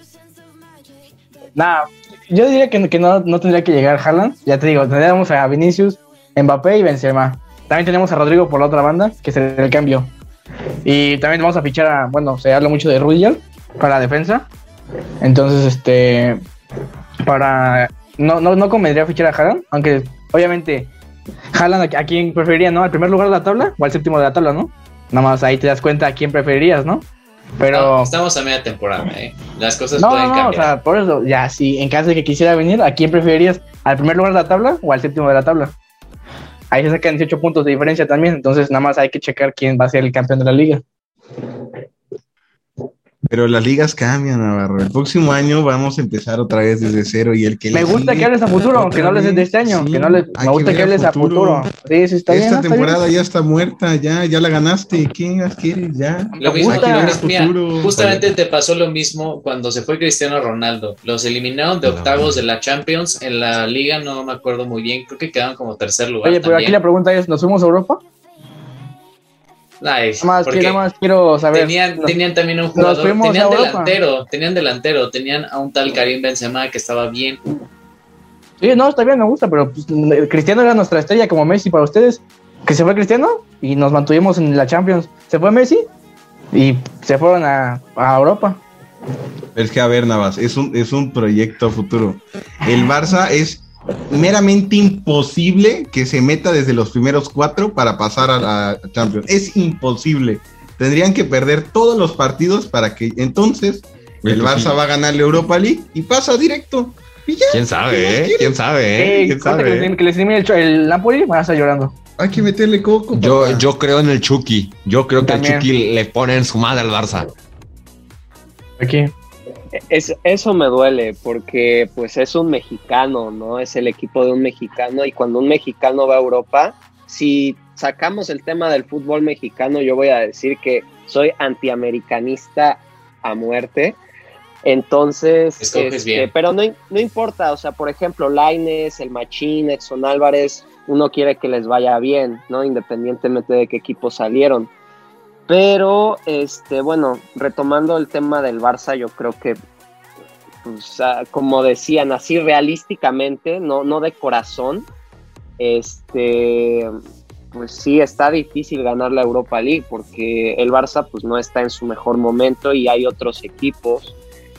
Nah, yo diría que no tendría que llegar Haaland, ya te digo, tendríamos a Vinicius, Mbappé y Benzema. También tenemos a Rodrigo por la otra banda, que sería el cambio. Y también vamos a fichar se habla mucho de Rudiger para la defensa. Entonces, no convendría fichar a Haaland, aunque obviamente Haaland, ¿a quién preferiría, no? ¿Al primer lugar de la tabla o al séptimo de la tabla, no? Nada más ahí te das cuenta a quién preferirías, ¿no? Pero estamos a media temporada, Las cosas pueden cambiar. O sea, por eso, ya, si en caso de que quisiera venir, ¿a quién preferirías? ¿Al primer lugar de la tabla o al séptimo de la tabla? Ahí se sacan 18 puntos de diferencia también, entonces nada más hay que checar quién va a ser el campeón de la liga. Pero las ligas cambian, Navarro. El próximo año vamos a empezar otra vez desde cero y el que me gusta que hables a futuro, aunque no hables de este año. Sí, me gusta que hables a futuro. Sí, sí, está bien. Esta temporada ya está muerta, ya la ganaste. ¿Qué más quieres? Ya. Lo mismo, mira, justamente te pasó lo mismo cuando se fue Cristiano Ronaldo. Los eliminaron de octavos de la Champions. En la liga no me acuerdo muy bien. Creo que quedaron como tercer lugar. Oye, pero también. Aquí la pregunta es, ¿nos fuimos a Europa? Nice, nada más quiero saber. Tenían también un jugador, tenían delantero, tenían a un tal Karim Benzema que estaba bien. Sí, no, está bien, me gusta, pero pues, Cristiano era nuestra estrella como Messi para ustedes. Que se fue Cristiano y nos mantuvimos en la Champions. Se fue Messi y se fueron a Europa. Es que a ver, Navas, es un proyecto futuro. El Barça es meramente imposible que se meta desde los primeros 4 para pasar a la Champions. Es imposible. Tendrían que perder todos los partidos para que entonces el Barça va a ganar la Europa League y pasa directo. Y ya, ¿Quién sabe? ¿Quién sabe? Que les elimine el Napoli, van a estar llorando. Hay que meterle coco. Yo creo en el Chucky. Yo creo que También. el Chucky le pone en su madre al Barça. Aquí. Eso me duele porque pues es un mexicano, ¿no? Es el equipo de un mexicano y cuando un mexicano va a Europa, si sacamos el tema del fútbol mexicano, yo voy a decir que soy antiamericanista a muerte. Entonces, Escoges bien. pero no importa, o sea, por ejemplo, Lainez, el Machín, Edson Álvarez, uno quiere que les vaya bien, ¿no? Independientemente de qué equipo salieron. Pero, bueno, retomando el tema del Barça, yo creo que, pues, como decían, así realísticamente, no de corazón, pues sí está difícil ganar la Europa League porque el Barça pues no está en su mejor momento y hay otros equipos,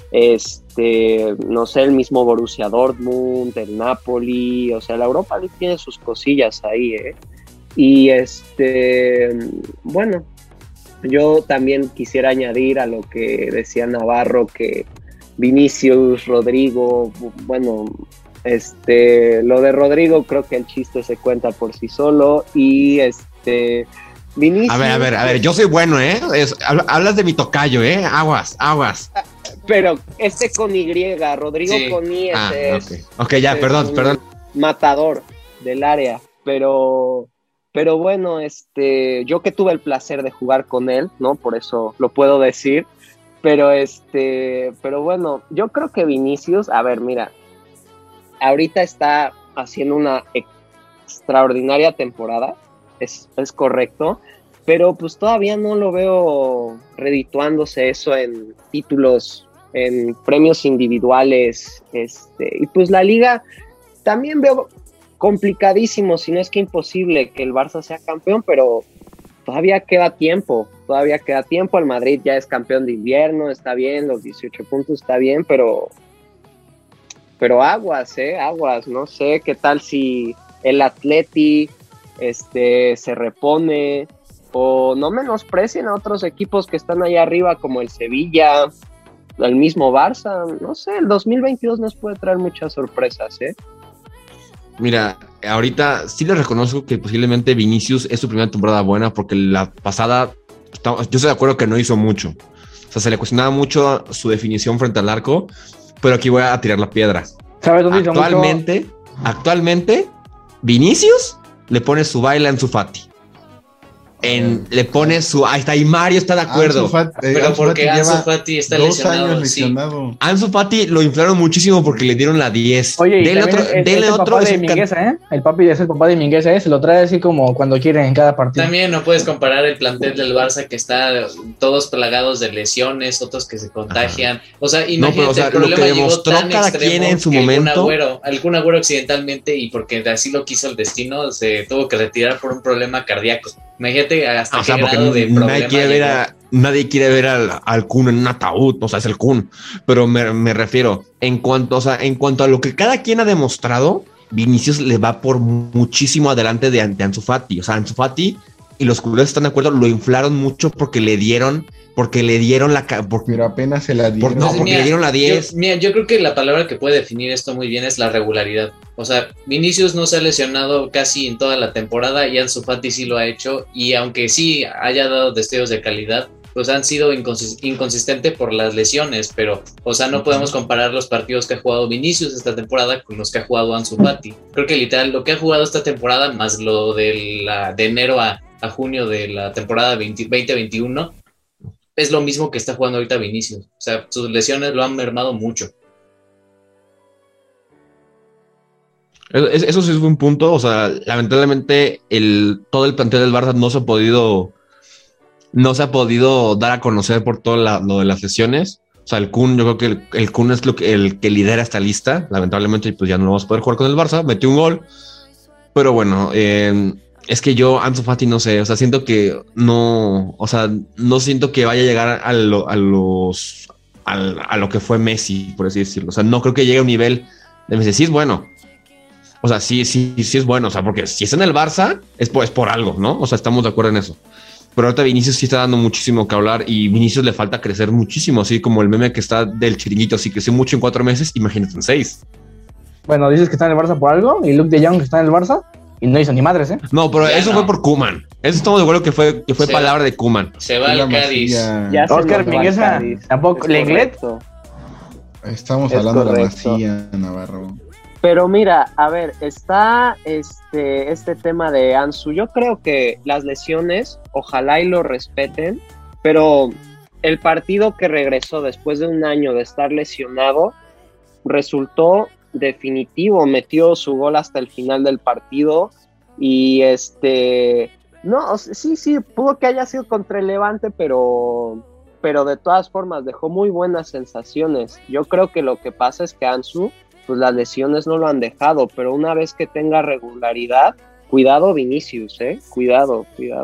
no sé, el mismo Borussia Dortmund, el Napoli, o sea, la Europa League tiene sus cosillas ahí, y bueno, yo también quisiera añadir a lo que decía Navarro que Vinicius, Rodrigo, bueno, lo de Rodrigo creo que el chiste se cuenta por sí solo y Vinicius. A ver, yo soy bueno, hablas de mi tocayo, aguas. Pero con Y, Rodrigo Sí. con I Ok, ya, perdón. Matador del área, pero bueno, yo que tuve el placer de jugar con él, ¿no? Por eso lo puedo decir, pero bueno, yo creo que Vinicius, a ver, mira, ahorita está haciendo una extraordinaria temporada, es correcto, pero pues todavía no lo veo redituándose eso en títulos, en premios individuales, y pues la liga también veo complicadísimo, si no es que imposible que el Barça sea campeón, pero todavía queda tiempo, el Madrid ya es campeón de invierno, está bien, los 18 puntos está bien, pero aguas, no sé, qué tal si el Atleti se repone, o no menosprecien a otros equipos que están allá arriba como el Sevilla, el mismo Barça, no sé, el 2022 nos puede traer muchas sorpresas, Mira, ahorita sí le reconozco que posiblemente Vinicius es su primera temporada buena porque la pasada, yo estoy de acuerdo que no hizo mucho. O sea, se le cuestionaba mucho su definición frente al arco, pero aquí voy a tirar la piedra. ¿Sabes dónde hizo mucho? Actualmente, Vinicius le pone su baile a Ansu Fati. Le pone su... Ahí está, y Mario está de acuerdo. Pero porque Ansu Fati está 2 años lesionado. lesionado. Ansu Fati lo inflaron muchísimo porque le dieron la 10. Oye, y Dele también otro, es dele el otro. papá de Mingueza, El papi es el papá de Mingueza, Se lo trae así como cuando quiere en cada partido. También no puedes comparar el plantel del Barça que está todos plagados de lesiones, otros que se contagian. O sea, imagínate, el problema lo que llegó demostró tan cada extremo quien en su que momento. algún agüero accidentalmente y porque así lo quiso el destino, se tuvo que retirar por un problema cardíaco. Imagínate hasta qué grado de problema nadie quiere ver al Kun en un ataúd, o sea, es el Kun, pero me refiero, en cuanto a lo que cada quien ha demostrado, Vinicius le va por muchísimo adelante de Ansu Fati. O sea, Ansu Fati y los culés están de acuerdo, lo inflaron mucho porque le dieron la... Pero apenas se la dieron. Porque le dieron la 10. Yo creo que la palabra que puede definir esto muy bien es la regularidad. O sea, Vinicius no se ha lesionado casi en toda la temporada y Ansu Fati sí lo ha hecho. Y aunque sí haya dado destellos de calidad, pues han sido inconsistentes por las lesiones. Pero, o sea, no podemos comparar los partidos que ha jugado Vinicius esta temporada con los que ha jugado Ansu Fati. Creo que literal lo que ha jugado esta temporada más lo de enero a junio de la temporada 2021 es lo mismo que está jugando ahorita Vinicius. O sea, sus lesiones lo han mermado mucho. Eso sí es un punto. O sea, lamentablemente todo el plantel del Barça no se ha podido dar a conocer por todo lo de las lesiones. O sea, el Kun, yo creo que el Kun es el que lidera esta lista. Lamentablemente, pues ya no vamos a poder jugar con el Barça. Metió un gol. Pero bueno, es que yo, Ansu Fati, no sé, o sea, siento que no siento que vaya a llegar a lo que fue Messi, por así decirlo. O sea, no creo que llegue a un nivel de Messi. Sí es bueno. O sea, sí es bueno. O sea, porque si es en el Barça, es por algo, ¿no? O sea, estamos de acuerdo en eso. Pero ahorita Vinicius sí está dando muchísimo que hablar y Vinicius le falta crecer muchísimo, así como el meme que está del chiringuito. Si creció mucho en 4 meses, imagínate en 6. Bueno, dices que está en el Barça por algo y Luke de Jong está en el Barça. y no hizo ni madres, ¿eh? No, pero Ya eso no. fue por Koeman. Eso estamos de acuerdo que fue Se palabra va. de Koeman. Se va al Cádiz. Ya se Oscar nos va Mingueza, al Cádiz. tampoco, Es Lenglet. correcto. Estamos Es hablando de la correcto. Masía, Navarro. Pero mira, a ver, está este tema de Ansu. Yo creo que las lesiones, ojalá y lo respeten, pero el partido que regresó después de un año de estar lesionado resultó definitivo, metió su gol hasta el final del partido y no, o sea, sí, pudo que haya sido contra el Levante, pero de todas formas dejó muy buenas sensaciones. Yo creo que lo que pasa es que Ansu, pues las lesiones no lo han dejado, pero una vez que tenga regularidad, cuidado Vinicius, cuidado.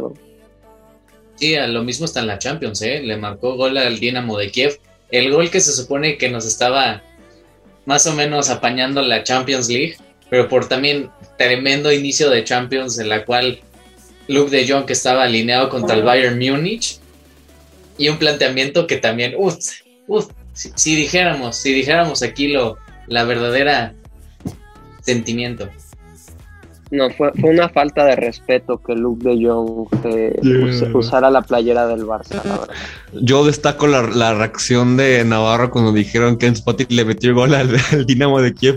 Sí, a lo mismo está en la Champions, le marcó gol al Dinamo de Kiev, el gol que se supone que nos estaba más o menos apañando la Champions League, pero por también tremendo inicio de Champions en la cual Luke de Jong, que estaba alineado contra el Bayern Múnich, y un planteamiento que también, si dijéramos aquí la verdadera sentimiento. No, fue una falta de respeto que Luke de Jong usara la playera del Barça, la verdad. Yo destaco la reacción de Navarro cuando dijeron que Ansu Fati le metió el gol al Dinamo de Kiev.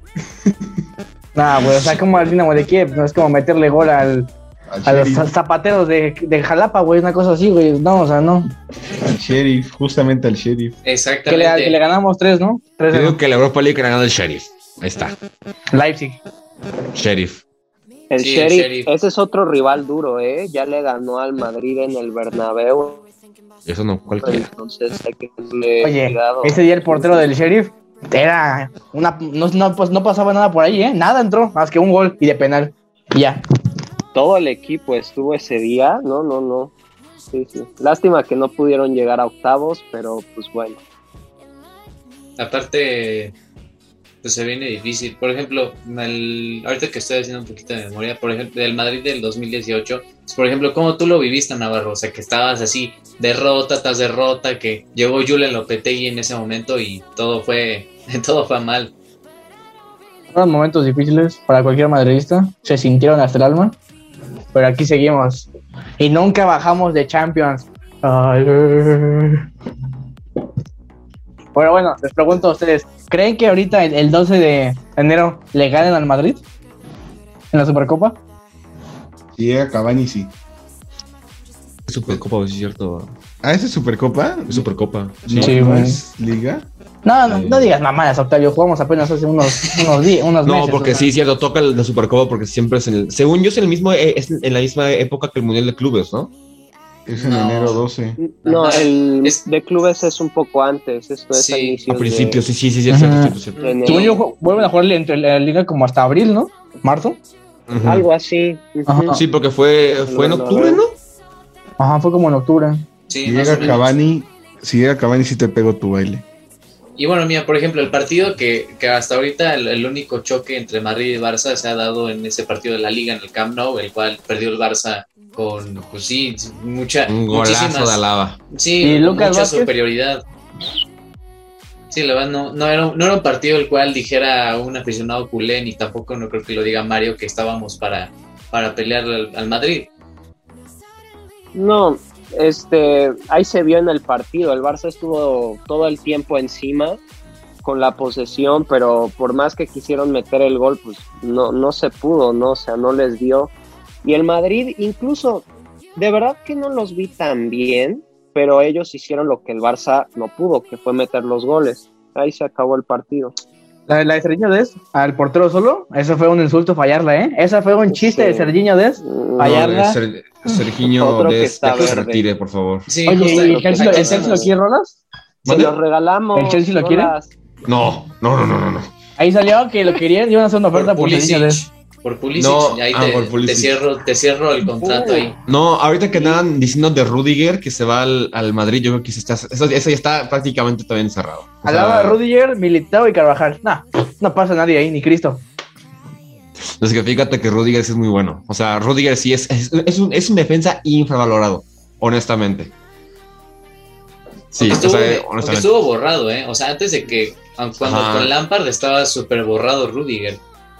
Nah, güey, o sea, como al Dinamo de Kiev, no es como meterle gol a los Sheriff. zapateros de Jalapa, güey, una cosa así, güey. No, o sea, no. Al Sheriff, justamente al Sheriff. Que Exactamente. le ganamos 3, ¿no? 3 Yo digo que la Europa League ha ganado el Sheriff. Ahí está. Leipzig. Sheriff. El Sí, Sheriff, el Sheriff. ese es otro rival duro, ya le ganó al Madrid en el Bernabéu, Eso no cualquiera. entonces hay que tenerle Oye, cuidado. ese día el portero del Sheriff era no pasaba nada por ahí, ¿eh? Nada entró, más que un gol y de penal. Y ya. Todo el equipo estuvo ese día, no. Sí. Lástima que no pudieron llegar a octavos, pero pues bueno. Aparte, pues se viene difícil. Por ejemplo, ahorita que estoy haciendo un poquito de memoria, por ejemplo, del Madrid del 2018, pues, por ejemplo, ¿cómo tú lo viviste, Navarro? O sea, que estabas así, derrota tras derrota, que llegó Julen Lopetegui en ese momento y todo fue mal. Fueron momentos difíciles para cualquier madridista, se sintieron hasta el alma, pero aquí seguimos y nunca bajamos de Champions. Ay. Pero bueno, les pregunto a ustedes, ¿creen que ahorita el 12 de enero le ganen al Madrid en la Supercopa? Si llega Cavani, sí. Supercopa, sí es cierto. ¿Ah, esa es Supercopa? Supercopa. ¿No, Sí, no güey. es Liga? No digas mamadas, Octavio, jugamos apenas hace unos días, unos No, meses. porque o sea. sí, cierto, toca la Supercopa porque siempre es según yo es en la misma época que el Mundial de Clubes, ¿no? Es en No. enero 12. No, Ajá. el Es- de clubes es un poco antes, esto es Sí, a inicios A principios, de- sí, es Ajá. cierto. de enero. Según yo, vuelven a jugar entre la liga como hasta abril, ¿no? ¿Marzo? Ujú. Algo así. Ajá. Sí, porque fue en octubre, ¿no? Ajá, fue como en octubre. Sí, Si más llega o menos. Cavani, sí te pego tu baile. Y bueno, mira, por ejemplo, el partido que hasta ahorita el único choque entre Madrid y Barça se ha dado en ese partido de la Liga en el Camp Nou, el cual perdió el Barça con, pues sí, Un golazo de Alaba. Sí, ¿Y con Lucas mucha Vázquez? superioridad. Sí, la verdad no era un partido el cual dijera un aficionado culé, ni tampoco no creo que lo diga Mario, que estábamos para pelear al Madrid. No, ahí se vio en el partido, el Barça estuvo todo el tiempo encima con la posesión, pero por más que quisieron meter el gol, pues no se pudo, ¿no? O sea, no les dio. Y el Madrid, incluso, de verdad que no los vi tan bien, pero ellos hicieron lo que el Barça no pudo, que fue meter los goles. Ahí se acabó el partido. La de Serginho Dest al portero solo, eso fue un insulto fallarla, ¿eh? Esa fue un chiste de Serginho Dest. Fallarla. Serginho Otro que Dest, está ya que se verde. retire, por favor. Sí, Oye, justo- ¿y el Chelsea lo quiere, Rolas? Se los regalamos. ¿El Chelsea lo quiere? Rolas. No. Ahí salió que lo querían y iban a hacer una oferta por Serginho Dest. Por Pulisic, No, y ahí por Pulisic. te cierro el contrato ahí. No, ahorita que andan diciendo de Rudiger que se va al Madrid, yo creo que eso ya está prácticamente todavía encerrado. O Al lado sea, de Rudiger, Militao y Carvajal. No pasa nadie ahí, ni Cristo. Así que fíjate que Rudiger sí es muy bueno. O sea, Rudiger sí es un defensa infravalorado, honestamente. Sí, Porque honestamente. porque estuvo borrado, ¿eh? O sea, antes de que, cuando Ajá. con Lampard estaba súper borrado Rudiger.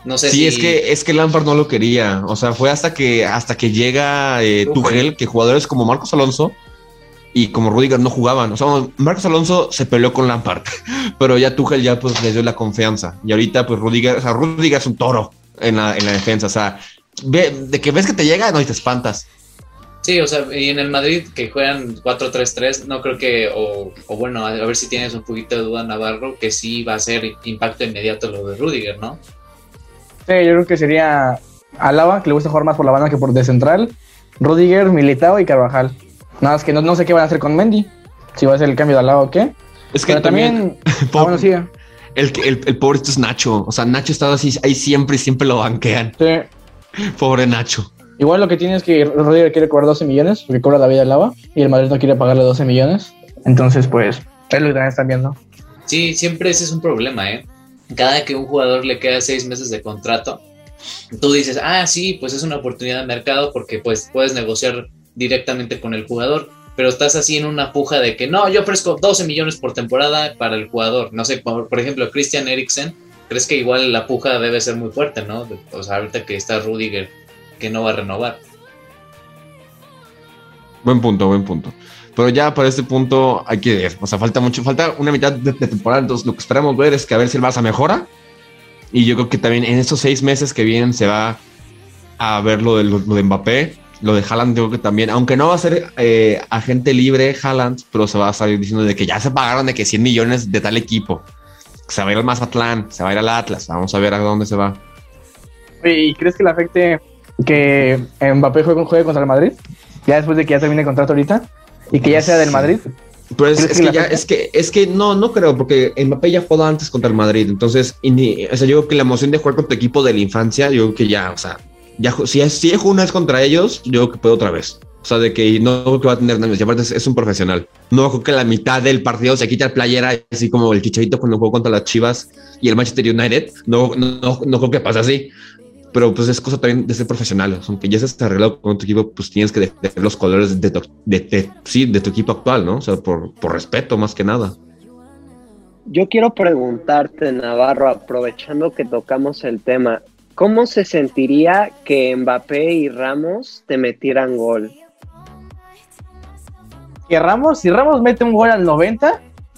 No sé Sí, si... es que Lampard no lo quería. O sea, fue hasta que llega Tuchel, que jugadores como Marcos Alonso y como Rudiger no jugaban. O sea, Marcos Alonso se peleó con Lampard, pero ya Tuchel ya pues le dio la confianza. Y ahorita pues Rudiger es un toro en la defensa. O sea, de que ves que te llega, no, y te espantas. Sí, o sea, y en el Madrid que juegan 4-3-3, no creo que, o bueno, a ver si tienes un poquito de duda, Navarro, que sí va a ser impacto inmediato lo de Rudiger, ¿no? Sí, yo creo que sería Alaba, que le gusta jugar más por la banda que por de central, Rudiger, Militao y Carvajal. Nada más que no sé qué van a hacer con Mendy, si va a ser el cambio de Alaba o qué. Es que pero también bueno, sí. El pobre esto es Nacho. O sea, Nacho está así ahí siempre y siempre lo banquean. Sí. Pobre Nacho. Igual lo que tiene es que Rudiger quiere cobrar 12 millones, porque cobra la vida de Alaba, y el Madrid no quiere pagarle 12 millones. Entonces, pues, es lo que también están viendo. Sí, siempre ese es un problema, ¿eh? Cada que un jugador le queda 6 meses de contrato, tú dices, sí, pues es una oportunidad de mercado porque pues puedes negociar directamente con el jugador, pero estás así en una puja de que no, yo ofrezco 12 millones por temporada para el jugador. No sé, por ejemplo, Christian Eriksen, ¿crees que igual la puja debe ser muy fuerte, no? O sea, ahorita que está Rudiger, que no va a renovar. Buen punto. Pero ya para este punto hay que ver. O sea, falta una mitad de temporada. Entonces, lo que esperamos ver es que a ver si el Barça mejora. Y yo creo que también en estos 6 meses que vienen se va a ver lo de Mbappé. Lo de Haaland, yo creo que también, aunque no va a ser agente libre Haaland, pero se va a salir diciendo de que ya se pagaron de que 100 millones de tal equipo. Se va a ir al Mazatlán, se va a ir al Atlas. Vamos a ver a dónde se va. ¿Y crees que le afecte que Mbappé juegue contra el Madrid? Ya después de que ya termine el contrato ahorita y que ya sea del Madrid. Pues es que no creo, porque Mbappé ya jugó antes contra el Madrid. Entonces, o sea, yo creo que la emoción de jugar con tu equipo de la infancia, yo creo que ya, o sea, ya si jugó una vez contra ellos, yo creo que puede otra vez. O sea, de que no creo que va a tener nervios. Y aparte es un profesional. No creo que la mitad del partido se quita el playera, así como el Chicharito cuando jugó contra las Chivas y el Manchester United. No creo que pase así. Pero pues es cosa también de ser profesional. Aunque ya estés arreglado con tu equipo, pues tienes que defender los colores de tu equipo actual, ¿no? O sea, por respeto más que nada. Yo quiero preguntarte, Navarro, aprovechando que tocamos el tema, ¿cómo se sentiría que Mbappé y Ramos te metieran gol? Si Ramos mete un gol al 90,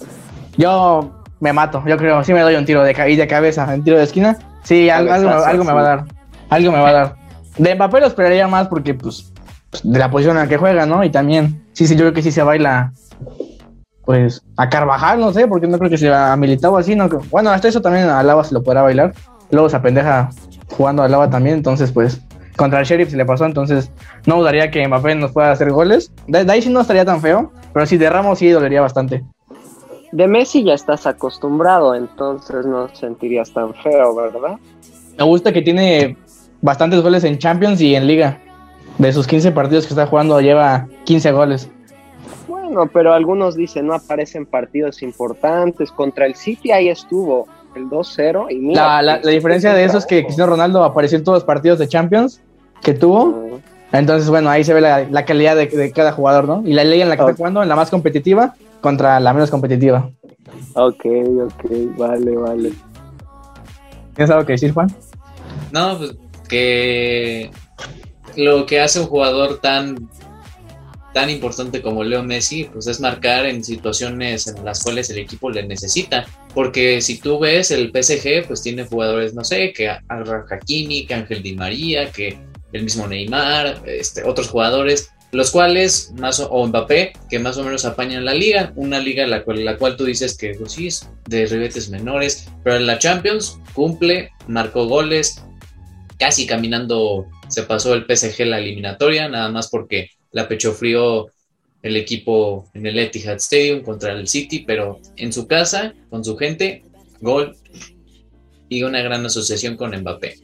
yo me mato. Yo creo, sí me doy un tiro de cabeza, un tiro de esquina. Sí, algo me va a dar. Algo me va a dar. De Mbappé lo esperaría más porque, pues, de la posición en la que juega, ¿no? Y también, sí, yo creo que sí se baila, pues, a Carvajal, no sé, porque no creo que se ha militado así, ¿no? Bueno, hasta eso también a Alaba se lo podrá bailar. Luego se apendeja jugando a Alaba también, entonces, pues, contra el Sheriff se le pasó, entonces no dudaría que Mbappé nos pueda hacer goles. De ahí sí no estaría tan feo, pero si de Ramos sí dolería bastante. De Messi ya estás acostumbrado, entonces no sentirías tan feo, ¿verdad? Me gusta que tiene bastantes goles en Champions y en Liga. De sus 15 partidos que está jugando lleva 15 goles. Bueno, pero algunos dicen no aparecen partidos importantes. Contra el City ahí estuvo el 2-0 y mira, la diferencia de eso es que Cristiano Ronaldo apareció en todos los partidos de Champions que tuvo. Entonces, bueno, ahí se ve la calidad de cada jugador, ¿no? Y la liga en la que está jugando, en la más competitiva contra la menos competitiva. Ok, vale. ¿Tienes algo que decir, Juan? No, pues que lo que hace un jugador tan importante como Leo Messi, pues es marcar en situaciones en las cuales el equipo le necesita, porque si tú ves el PSG, pues tiene jugadores, no sé, que Hakimi, que Ángel Di María, que el mismo Neymar, otros jugadores, los cuales, o Mbappé, que más o menos apañan la liga, una liga la cual tú dices que pues, sí es de ribetes menores, pero en la Champions cumple, marcó goles, casi caminando se pasó el PSG la eliminatoria, nada más porque la pechó frío el equipo en el Etihad Stadium contra el City, pero en su casa, con su gol y una gran asociación con Mbappé.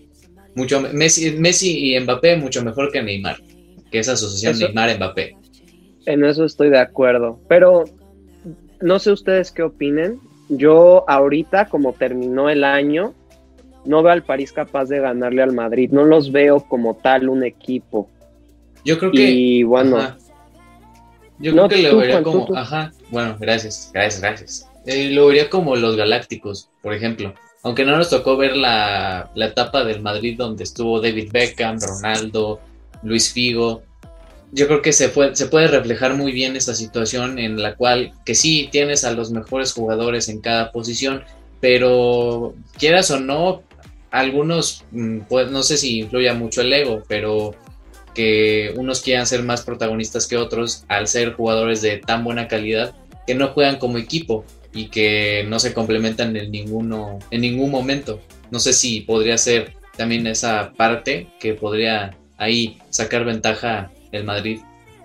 Messi y Mbappé mucho mejor que Neymar, que esa asociación Neymar-Mbappé. En eso estoy de acuerdo, pero no sé ustedes qué opinen. Yo ahorita, como terminó el año, no veo al París capaz de ganarle al Madrid, no los veo como tal un equipo. Yo creo que... Y bueno... Ajá. Yo creo que lo vería como... Ajá, bueno, gracias. Lo vería como los Galácticos, por ejemplo. aunque no nos tocó ver la etapa del Madrid donde estuvo David Beckham, Ronaldo, Luis Figo, yo creo que se puede reflejar muy bien esta situación en la cual que sí tienes a los mejores jugadores en cada posición, pero quieras o no, algunos, pues no sé si influya mucho el ego, pero que unos quieran ser más protagonistas que otros al ser jugadores de tan buena calidad que no juegan como equipo y que no se complementan en ningún momento. No sé si podría ser también esa parte que podría ahí sacar ventaja el Madrid.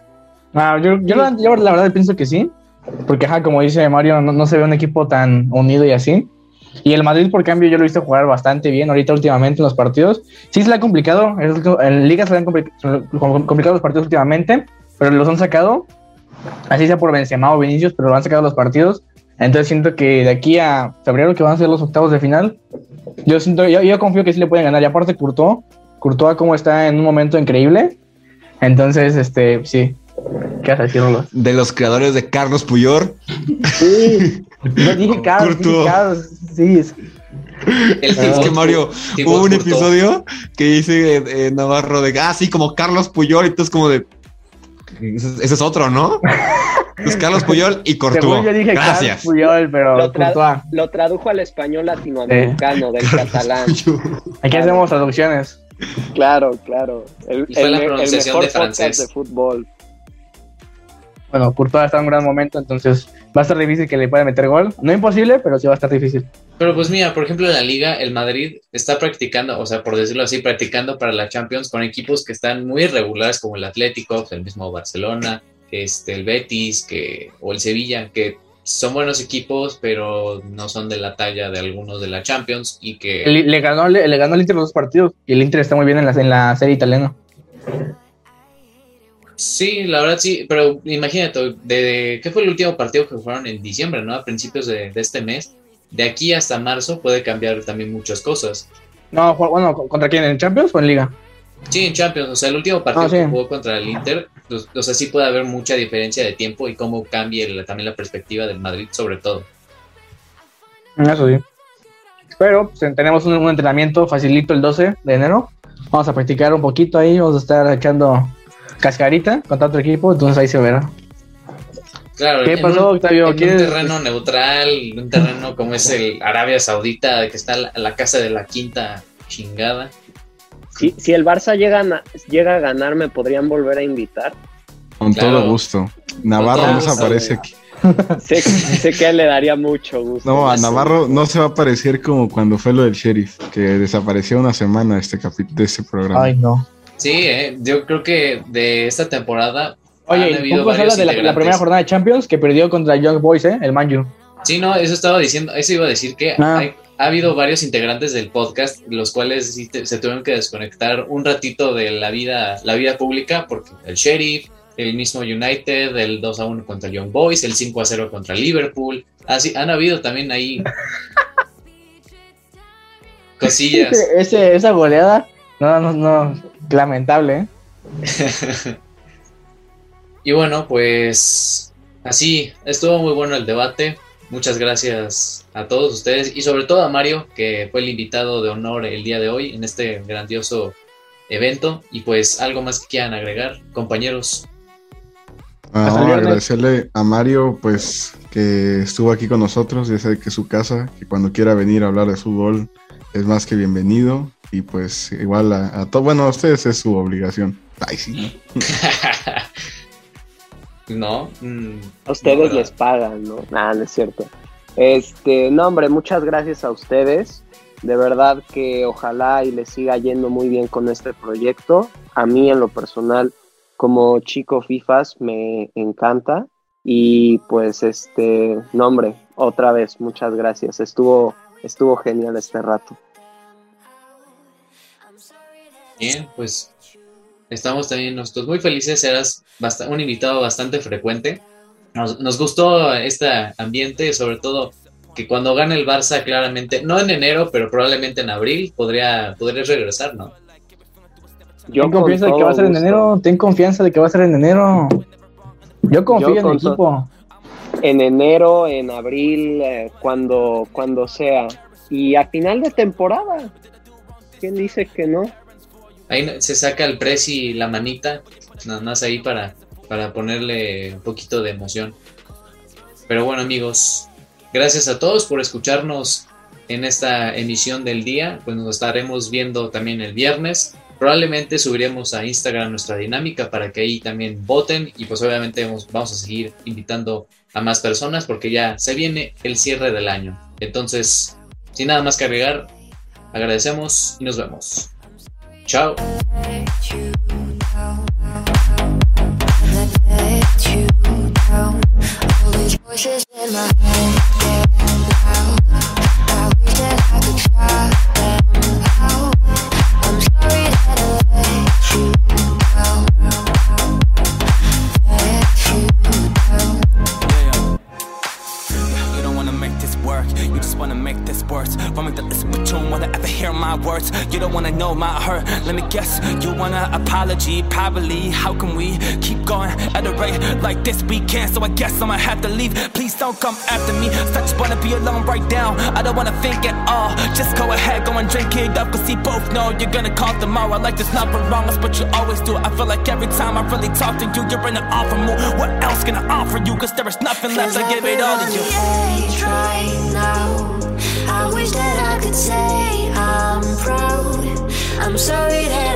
Yo la verdad pienso que sí, porque como dice Mario, no se ve un equipo tan unido y así. Y el Madrid, por cambio, yo lo he visto jugar bastante bien ahorita últimamente en los partidos. Sí se le ha complicado, en Liga se le han complicado los partidos últimamente, pero los han sacado, así sea por Benzema o Vinicius, pero lo han sacado los partidos. Entonces siento que de aquí a febrero, que van a ser los octavos de final, yo confío que sí le pueden ganar. Y aparte Courtois como está en un momento increíble. Entonces, sí. ¿Qué vas a decir, Rolos? De los creadores de Carlos Puyol. Sí. No dije Carlos. Sí. Es que Mario, hubo un episodio que dice Navarro de, sí, como Carlos Puyol, y entonces como de, ese es otro, ¿no? Pues Carlos Puyol y Courtois. Yo dije gracias. Carlos Puyol, pero lo tradujo al español latinoamericano del catalán. Aquí hacemos traducciones. Claro. El mejor de francés de fútbol. Bueno, Courtois está en un gran momento, entonces va a estar difícil que le pueda meter gol. No imposible, pero sí va a estar difícil. Pero pues mira, por ejemplo, en la Liga, el Madrid está practicando, o sea, por decirlo así, practicando para la Champions con equipos que están muy irregulares, como el Atlético, el mismo Barcelona, el Betis, o el Sevilla, que son buenos equipos, pero no son de la talla de algunos de la Champions y que... Le ganó al Inter los dos partidos, y el Inter está muy bien en la serie italiana. Sí, la verdad sí, pero imagínate, ¿qué fue el último partido que jugaron en diciembre, no? A principios de este mes. De aquí hasta marzo puede cambiar también muchas cosas. No, bueno, ¿contra quién? ¿En Champions o en Liga? Sí, en Champions, o sea, el último partido que jugó contra el Inter, o sea, sí puede haber mucha diferencia de tiempo y cómo cambie también la perspectiva del Madrid, sobre todo. Eso sí. Pero pues, tenemos un entrenamiento facilito el 12 de enero. Vamos a practicar un poquito ahí, vamos a estar echando cascarita contra otro equipo, entonces ahí se verá. Claro, ¿Qué pasó, Octavio? En un terreno neutral, un terreno como es el Arabia Saudita, que está la casa de la quinta chingada. Si el Barça llega a ganar, ¿me podrían volver a invitar? Con todo gusto. Navarro no se aparece aquí. Sé que le daría mucho gusto. No, a Navarro no se va a aparecer como cuando fue lo del Sheriff, que desapareció una semana de este programa. Ay, no. Sí, yo creo que de esta temporada... Oye, ¿cómo se habla de la primera jornada de Champions que perdió contra Young Boys, el Man U? Sí, no, eso iba a decir que ha habido varios integrantes del podcast, los cuales sí se tuvieron que desconectar un ratito de la vida pública, porque el Sheriff, el mismo United, el 2-1 contra Young Boys, el 5-0 contra Liverpool, así han habido también ahí cosillas. Esa goleada, no, lamentable, Y bueno, pues así, estuvo muy bueno el debate. Muchas gracias a todos ustedes y sobre todo a Mario, que fue el invitado de honor el día de hoy en este grandioso evento. Y pues, ¿algo más que quieran agregar, compañeros? Agradecerle a Mario, pues, que estuvo aquí con nosotros. Ya sabe que es su casa, que cuando quiera venir a hablar de fútbol es más que bienvenido. Y pues, igual a todos, bueno, a ustedes es su obligación. Ay, sí. No. A ustedes les pagan, ¿no? No es cierto. No, hombre, muchas gracias a ustedes. De verdad que ojalá y les siga yendo muy bien con este proyecto. A mí, en lo personal, como chico FIFAs, me encanta. Y pues, no, hombre, otra vez, muchas gracias. Estuvo genial este rato. Bien, pues estamos también nosotros muy felices. Eras un invitado bastante frecuente. Nos gustó este ambiente, sobre todo que cuando gane el Barça, claramente, no en enero, pero probablemente en abril, podrías regresar, ¿no? Ten confianza de que va a ser en enero. Ten confianza de que va a ser en enero. Yo confío en el equipo. En enero, en abril, cuando sea. y a final de temporada. ¿Quién dice que no? Ahí se saca el Prezi la manita, nada más ahí para ponerle un poquito de emoción. Pero bueno, amigos, gracias a todos por escucharnos en esta emisión del día. Pues nos estaremos viendo también el viernes. Probablemente subiremos a Instagram nuestra dinámica para que ahí también voten, y pues obviamente vamos a seguir invitando a más personas porque ya se viene el cierre del año. Entonces, sin nada más que agregar, agradecemos y nos vemos. Chao. You just wanna make this worse. Want me to listen, but you don't wanna ever hear my words. You don't wanna know my hurt. Let me guess, you want an apology, probably. How can we keep going at a rate like this? We can't, so I guess I'ma have to leave. Please don't come after me. I just wanna be alone right now. I don't wanna think at all. Just go ahead, go and drink it up, cause we both know you're gonna call tomorrow. Like there's nothing wrong, that's what you always do. I feel like every time I really talk to you, you're in an awful mood. What else can I offer you? Cause there is nothing left, I give it all to you. Right now, I wish that I could say I'm proud. I'm sorry that